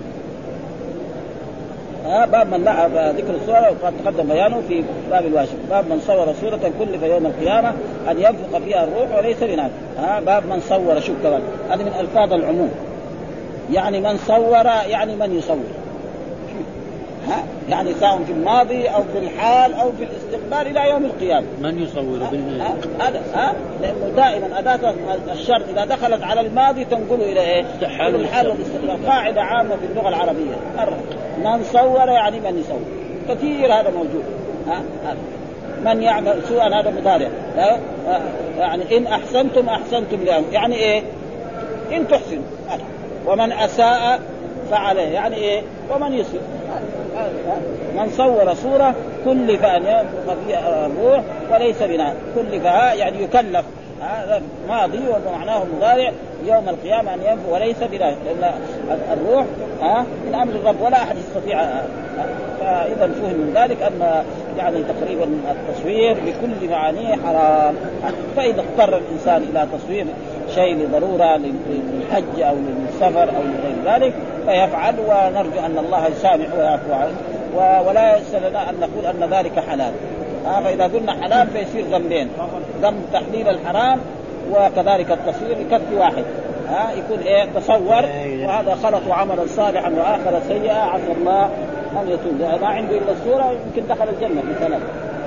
باب من لعب ذكر الصورة وقد تقدم بيانه في باب الواجب. باب من صور صورة كلف يوم القيامة أن ينفق فيها الروح وليس بناس. باب من صور، شوف كمان هذه من ألفاظ العموم، يعني من صور يعني من يصور. يعني سواء في الماضي أو في الحال أو في الاستقبال إلى يوم القيامة. من يصور هذا لأنه دائما أداة الشرط إذا دخلت على الماضي تنقل إلى إيه؟ إلى الحال والاستقبال. قاعدة عامة في اللغة العربية من صور يعني من يصور كثير، هذا موجود. من يعمل سوءا هذا مضارع. يعني إن أحسنتم أحسنتم لهم، يعني إيه؟ إن تحسن. ومن أساء فعليه، يعني إيه؟ ومن يسيء. من صور صورة كلف أن ينفخ فيها الروح وليس بنا، كلفها يعني يكلف. هذا ماضي ومعناه مضارع يوم القيامة أن ينفخ وليس بنا، لأن الروح من أمر الرب ولا أحد يستطيع. فإذا فهم من ذلك أن يعني تقريبا التصوير بكل معانيه حرام. فإذا اضطر الإنسان إلى تصوير شيء لضرورة للحج أو للسفر أو لغير ذلك فيفعل، ونرجو أن الله يسامح ويعفو عنه، ولا يسألنا أن نقول أن ذلك حلال. فإذا قلنا حلال فيصير ذنبين، ذنب تحليل الحرام وكذلك التصوير يكفي واحد. يكون إيه؟ تصور وهذا خلق عملا صالحا وآخر سيئا عسى الله أن يتوب. ما عنده إلا الصورة يمكن دخل الجنة مثلا.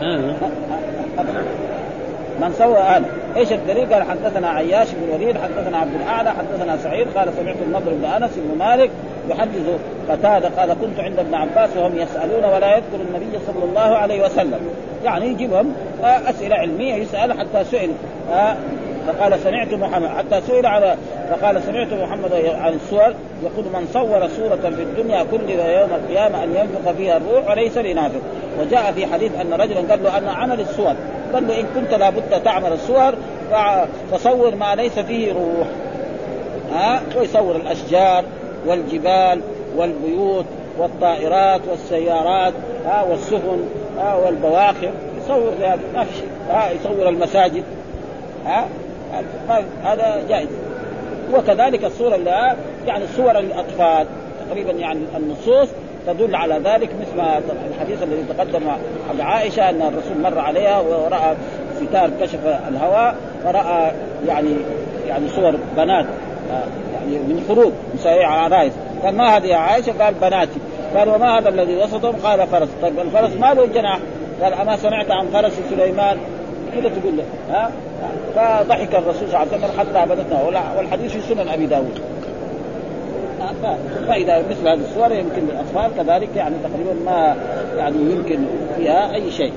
من سوى هذا ايش الدليل؟ قال حدثنا عياش بن الوليد حدثنا عبد الاعلى حدثنا سعيد قال سمعت النضر بن انس بن مالك يحدث قتادة قال كنت عند ابن عباس وهم يسالون ولا يذكر النبي صلى الله عليه وسلم، يعني يجيبهم اسئله علميه يسال حتى سئل فقال سمعت محمد حتى سئل على فقال سمعت محمد عن السؤال يقول من صور صورة في الدنيا كل يوم القيامة أن ينفخ فيها الروح وليس بنافخ. وجاء في حديث أن رجلا قال له أن عمل الصور، قال له إن كنت لابد تعمل الصور فصور ما ليس فيه روح. ويصور الأشجار والجبال والبيوت والطائرات والسيارات والسفن والبواخر، يصور ما في شيء. يصور المساجد، هذا جائز. وكذلك الصورة اللي يعني الصور للأطفال تقريبا، يعني النصوص تدل على ذلك، مثل الحديث الذي تقدم عن عائشة أن الرسول مر عليها ورأى ستار كشف الهواء ورأى يعني صور بنات يعني من خروج مسايع عرايس. قال ما هذه يا عائشة؟ قال بناتي. قال وما هذا الذي وسطهم؟ قال فرس. طيب الفرس ما له جناح؟ قال أما سمعت عن فرس سليمان؟ كده تقول له فضحك الرسول صلى الله عليه وسلم حتى بدتنا، والحديث في سنن أبي داود. فإذا مثل هذه الصور يمكن للأطفال كذلك يعني تقريبا ما يعني يمكن فيها أي شيء.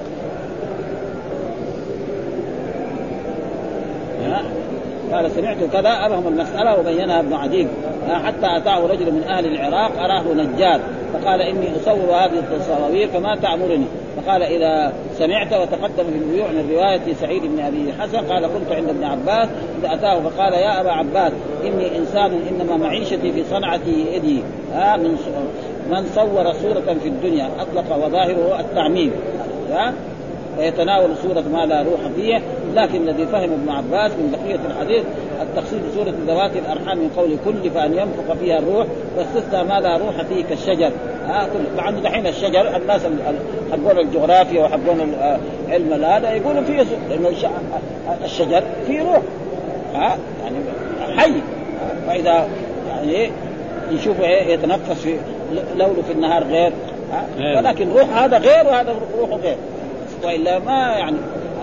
قال سمعت كذا أبهم المسألة وبينها ابن عدي حتى أتاه رجل من أهل العراق أراه نجار فقال إني أصور هذه التصاوير فما تأمرني؟ فقال إذا سمعت وتقدم في البيوع من رواية سعيد بن أبي حسن قال كنت عند ابن عباس إذا أتاه فقال يا أبا عباس إني إنسان إنما معيشتي في صنعة يدي من صور صورة في الدنيا أطلق وظاهره التعميم ويتناول صورة ما لا روح فيه، لكن الذي فهم ابن عباس من بقية الحديث التخصيص بصورة ذوات الأرحام من قول كل فأن ينفخ فيها الروح واستثنى ما لا روح فيه كالشجر. مع أنه دحين الشجر الناس حقون الجغرافيا وحقون علم هذا يقولوا فيه الشجر فيه روح يعني حي، فإذا يعني يشوف يتنفس في لونه في النهار غير ولكن روح هذا غير وهذا روح غير، وإلا ما يعني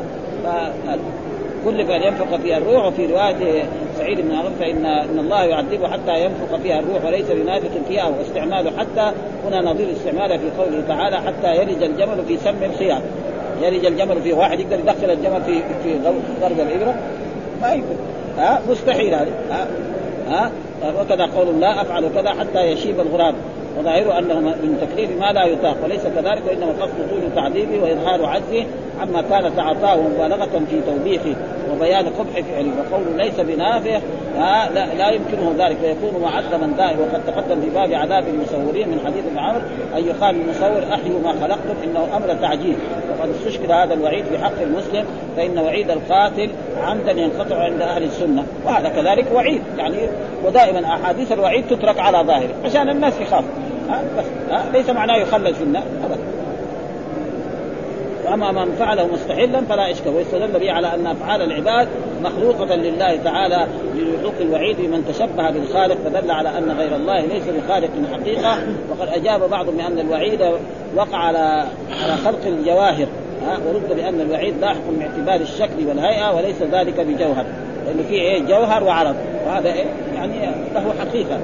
كل فأن ينفخ فيها الروح. وفي رواية سعيد بن عمرو فإن الله يعذبه حتى ينفخ فيها الروح وليس بنافخ فيها، واستعماله حتى هنا نظير استعماله في قوله تعالى حتى يلج الجمل في سم الخياط. يلج الجمل في واحد يقدر يدخل الجمل في غرب الإبرة؟ ما يمكن، مستحيل هذا. وكذا قول لا أفعل كذا حتى يشيب الغراب، وظاهره أنه من تكليف ما لا يطاق وليس كذلك، وإنما قصد طول تعذيبه وإظهار عجزه عما كان تعاطاه مبالغة في توبيخه وبيان قبح فعله. وقوله ليس بنافع لا يمكنه ذلك ويكون معذبا دائما. وقد تقدم في باب عذاب المصورين من حديث ابن عمرو أن يقال المصور أحيوا ما خلقتم إنه أمر تعجيل، وقد استشكل هذا الوعيد في حق المسلم فإن وعيد القاتل عمدا ينقطع عند أهل السنة، وهذا كذلك وعيد يعني، ودائما أحاديث الوعيد تترك على ظاهره عشان الناس يخاف بس ليس معناه يخلد في النار أبدا. أما من فعله مستحلا فلا إشكال. ويستدل به على أن أفعال العباد مخلوقة لله تعالى للحوق الوعيد من تشبه بالخالق، فدل على أن غير الله ليس بخالق حقيقة. وقد أجاب بعضهم بأن الوعيد وقع على خلق الجواهر، ورد بأن الوعيد لاحق من اعتبار الشكل والهيئة وليس ذلك بجوهر، لأن فيه جوهر وعرض، وهذا يعني له حقيقة.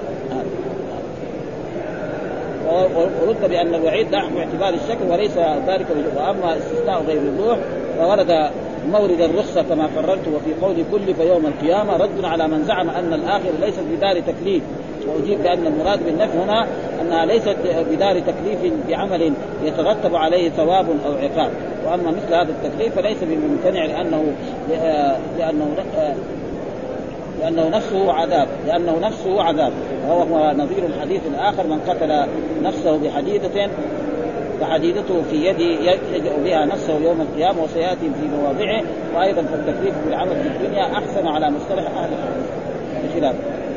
ورد بأن الوعيد لاحق من اعتبار الشكل وليس ذلك بجوهر. وأما استثناء غير الروح فورد مورد الرخصة كما قررت، وفي قول كل في يوم القيامة رد على من زعم أن الآخر ليست بدار تكليف. وأجيب بأن المراد بالنفي هنا أنها ليست بدار تكليف بعمل يترتب عليه ثواب أو عقاب. وأما مثل هذا التكليف فليس بممتنع لأنه نفسه عذاب، وهو نظير الحديث الآخر: من قتل نفسه بحديدة فحديدته في يدي يجأ بها نفسه يوم القيامة، وسيأتي في مواضعه. وأيضا فالتكليف بالعمل في الدنيا أحسن على مصطلح أهل الحديث بخلاف.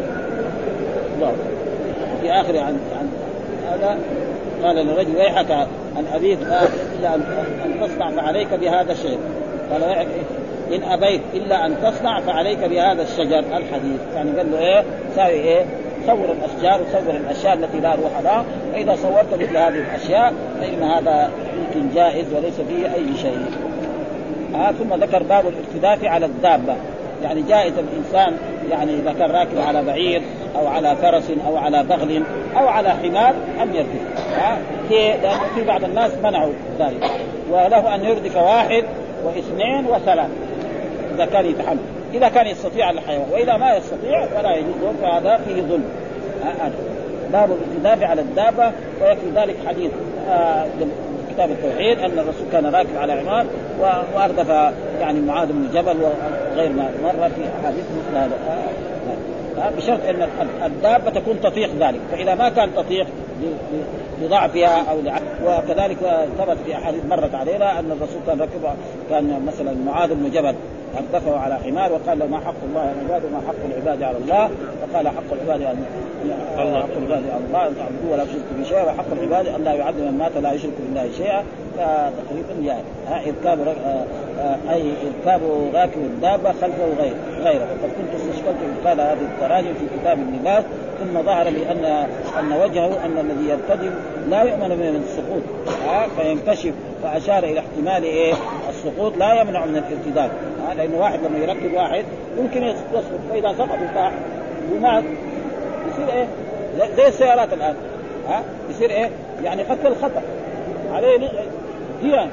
في آخر عن هذا قال للرجل: ويحك عن أبيك إلا أن تصنع فعليك بهذا الشيء. قال: ويحك إن أبيت إلا أن تصنع فعليك بهذا الشجر. الحديث يعني قال له ساوي صور الأشجار وصور الأشياء التي لا روح لها، فإذا صورت مثل هذه الأشياء فإن هذا يمكن جائز وليس فيه أي شيء. ثم ذكر باب الاقتداء على الدابة، يعني جائز الإنسان يعني إذا كان راكب على بعير أو على فرس أو على بغل أو على حمار أن يردف، لأن في بعض الناس منعوا ذلك، وله أن يردف 1 و2 و3 إذا كان يتحمل، إذا كان يستطيع الحيوان، وإذا ما يستطيع فلا يجوز، فهذا فيه ظلم. باب الاقتداء على الدابة. ويكفي ذلك حديث كتاب التوحيد أن الرسول كان راكب على عمار وأردف يعني معاذ بن جبل وغير ما مر في أحاديث مثل هذا، بشرط أن الدابة تكون تطيق ذلك، فإذا ما كان تطيق لضعفها أو وكذلك ثبت في أحاديث مرت علينا أن الرسول كان ركب، كان مثلا معاذ بن جبل أردفه على حمار وقال له: ما حق الله على العباد وما حق العباد على الله؟ فقال: حق العباد على الله أن تعبدوه ولا تشركوا به شيئا، وحق العباد أن لا يعذب من مات لا يشرك بالله شيئا. فتقريبا يعني إركاب راكب الدابة خلفه غيره. فقد كنت استشكلت إركاب هذه التراجم في كتاب اللباس، ثم ظهر لي أن وجهه أن الذي يرتدم لا يؤمن من السقوط فينكشف، فأشار إلى احتمال السقوط لا يمنع من الارتداد، لأن واحد لما يركب واحد يمكن يسقط، فإذا سقط وقع ومات يصير زي السيارات الآن، يصير يعني قتل الخطأ عليه ديان،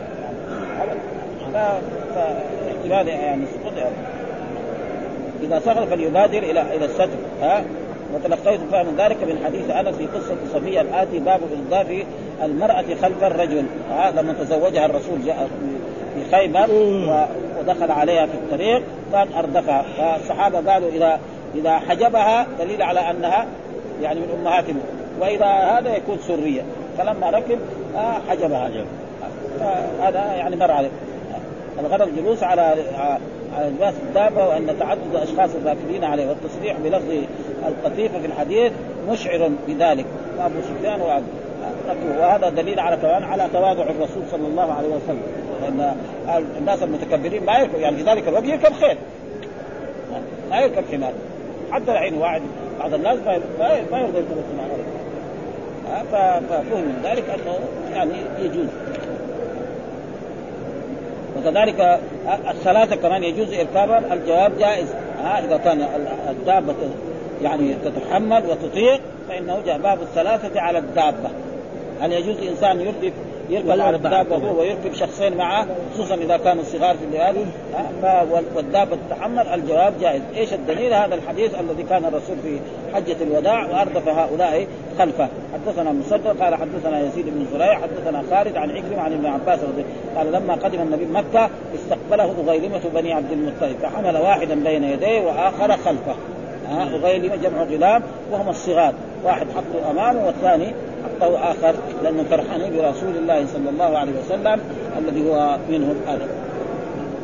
فاحتمال يعني سقوط إذا سقط فليبادر إلى الستر. وتلقيت فهم ذلك من حديث أنس في قصة صفية الآتي: باب إرداف المرأة خلف الرجل. لما تزوجها الرسول جاء في خيبر ودخل عليها في الطريق كان أردفها، فالصحابة قالوا إذا حجبها دليل على أنها يعني من أمهات المؤمنين، وإذا هذا يكون سرية، فلما ركب حجبها. هذا يعني مر عليه الغرض الجلوس على لباس الدابة، وأن تعدد أشخاص الراكبين عليه، والتصريح بلفظ القطيفة في الحديث مشعر بذلك. أبو سفيان وهذا دليل على تواضع الرسول صلى الله عليه وسلم، لأن الناس المتكبرين ما يركب، يعني في ذلك الوقت يركب خيل ما يركب حمار، حتى الحين بعض الناس ما يرضى يركب الحمار، ففهم من ذلك أنه يعني يجوز. وكذلك الثلاثة كمان يجوز إركابها. الجواب جائز إذا كان الدابة يعني تتحمل وتطيق، فإنه جاء باب الثلاثة على الدابة. هل يجوز إنسان يركب على الدابة هو ويركب شخصين معه، خصوصا إذا كانوا صغار في الليالي والدابة تتحمل؟ الجواب جائز. إيش الدليل؟ هذا الحديث الذي كان الرسول في حجة الوداع وأردف هؤلاء خلفه. حدثنا مسدد قال حدثنا يزيد بن زريع حدثنا خالد عن عكرمة عن ابن عباس قال لما قدم النبي مكة استقبله أغيلمة بني عبد المطلب، فحمل واحدا بين يديه وآخر خلفه. أغيلمة جمع غلام وهم الصغار، واحد حطه أمامه والثاني حطه آخر، لأنه فرحانين برسول الله صلى الله عليه وسلم الذي هو منهم هذا.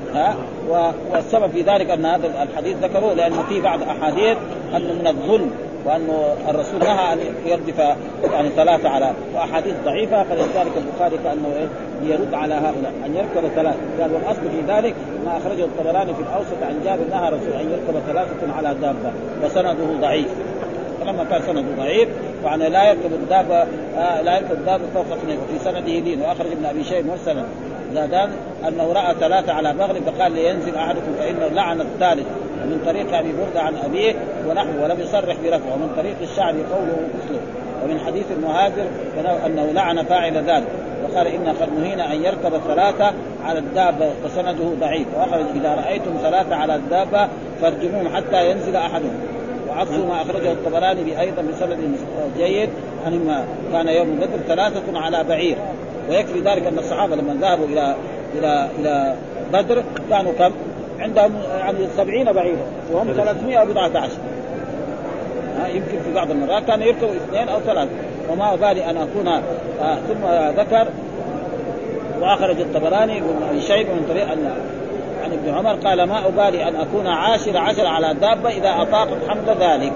والسبب في ذلك أن هذا الحديث ذكره لأنه في بعض أحاديث أن من الظلم وأنه الرسول نهى أن يردف يعني 3 على وأحاديث ضعيفة. فلذلك البخاري كأنه يرد على هؤلاء أن يركب 3. قال والأصل في ذلك ما أخرجه الطبراني في الأوسط عن جابر نهى الرسول أن يركب 3 على دابة وسنده ضعيف. فلما كان سنده ضعيف فعنى لا يركب الدابة فوق 2. وفي سنده لين. وأخرج ابن أبي شيبة مرسلا زادان أنه رأى 3 على بغل فقال لينزل أحدكم فإنه لعن الثالث. ومن طريق أبي بردة عن أبيه ونحوه ولم يصرح برفعه. ومن طريق الشعبي قوله مسلم. ومن حديث المهاجر أنه لعن فاعل ذلك وقال إن قد نهينا أن يركب 3 على الدابة وسنده ضعيف. وأخرج إذا رأيتم 3 على الدابة فارجموهم حتى ينزل أحدهم. وعكسه ما أخرجه الطبراني أيضا بسند جيد أنما كان يوم بدر 3 على بعير. ويكفي ذلك أن الصحابة لما ذهبوا إلى بدر كانوا كم عندهم يعني 70 بعيرا وهم 314. يمكن في بعض المرات كانوا يركبوا 2 أو 3. وما أبالي أن أكون ثم ذكر. وأخرج الطبراني بن شيبة من طريق عن ابن عمر قال ما أبالي أن أكون 10 على الدابة إذا أطاقت حمل ذلك.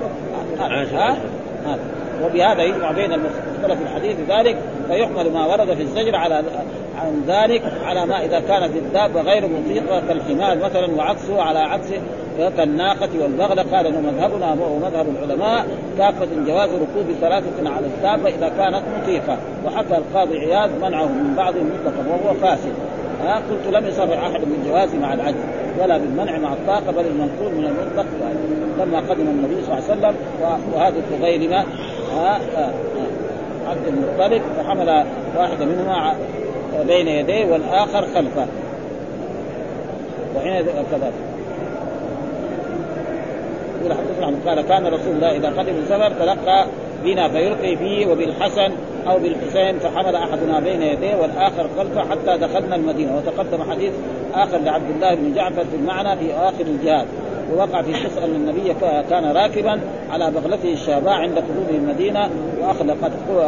وبهذا يجمع بين المختلف الحديث ذلك فيحمل ما ورد في الزجر عن ذلك على ما إذا كانت الدابة غير مطيقة كالحمال مثلا. وعكسه على عكسه كالناقة والبغلة. قال إنه مذهبنا ومذهب العلماء كافة جواز ركوب 3 على الدابة إذا كانت مطيقة. وحكى القاضي عياض منعه من بعض مطلقا وهو فاسد. قلت لم يصرح أحد بالجواز مع العجز ولا بالمنع مع الطاقة بل المنقول من المطلق لما قدم النبي صلى الله عليه وسلم. وهذه الطغيلمة عبد المطلب فحمل واحدة منهما بين يديه والآخر خلفه. وحين كذلك يقول حدثنا قال كان رسول الله إذا قدم السفر تلقى بنا فيلقي به وبالحسن أو بالحسين فحمل أحدنا بين يديه والآخر خلفه حتى دخلنا المدينة. وتقدم حديث آخر لعبد الله بن جعفر في المعنى في آخر الجهاد. ووقع في قصة أن النبي كان راكبا على بغلته الشاباء عند قدوم المدينة وأخلقت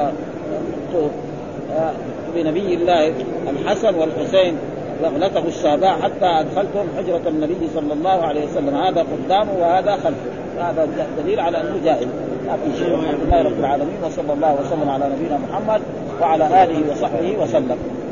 بنبي الله الحسن والحسين بغلته الشاباء حتى أدخلتهم حجرة النبي صلى الله عليه وسلم. هذا قدامه وهذا خلفه. هذا دليل على أنه جائز. في شيء. الحمد لله رب العالمين وصلى الله وسلم على نبينا محمد وعلى آله وصحبه وسلم.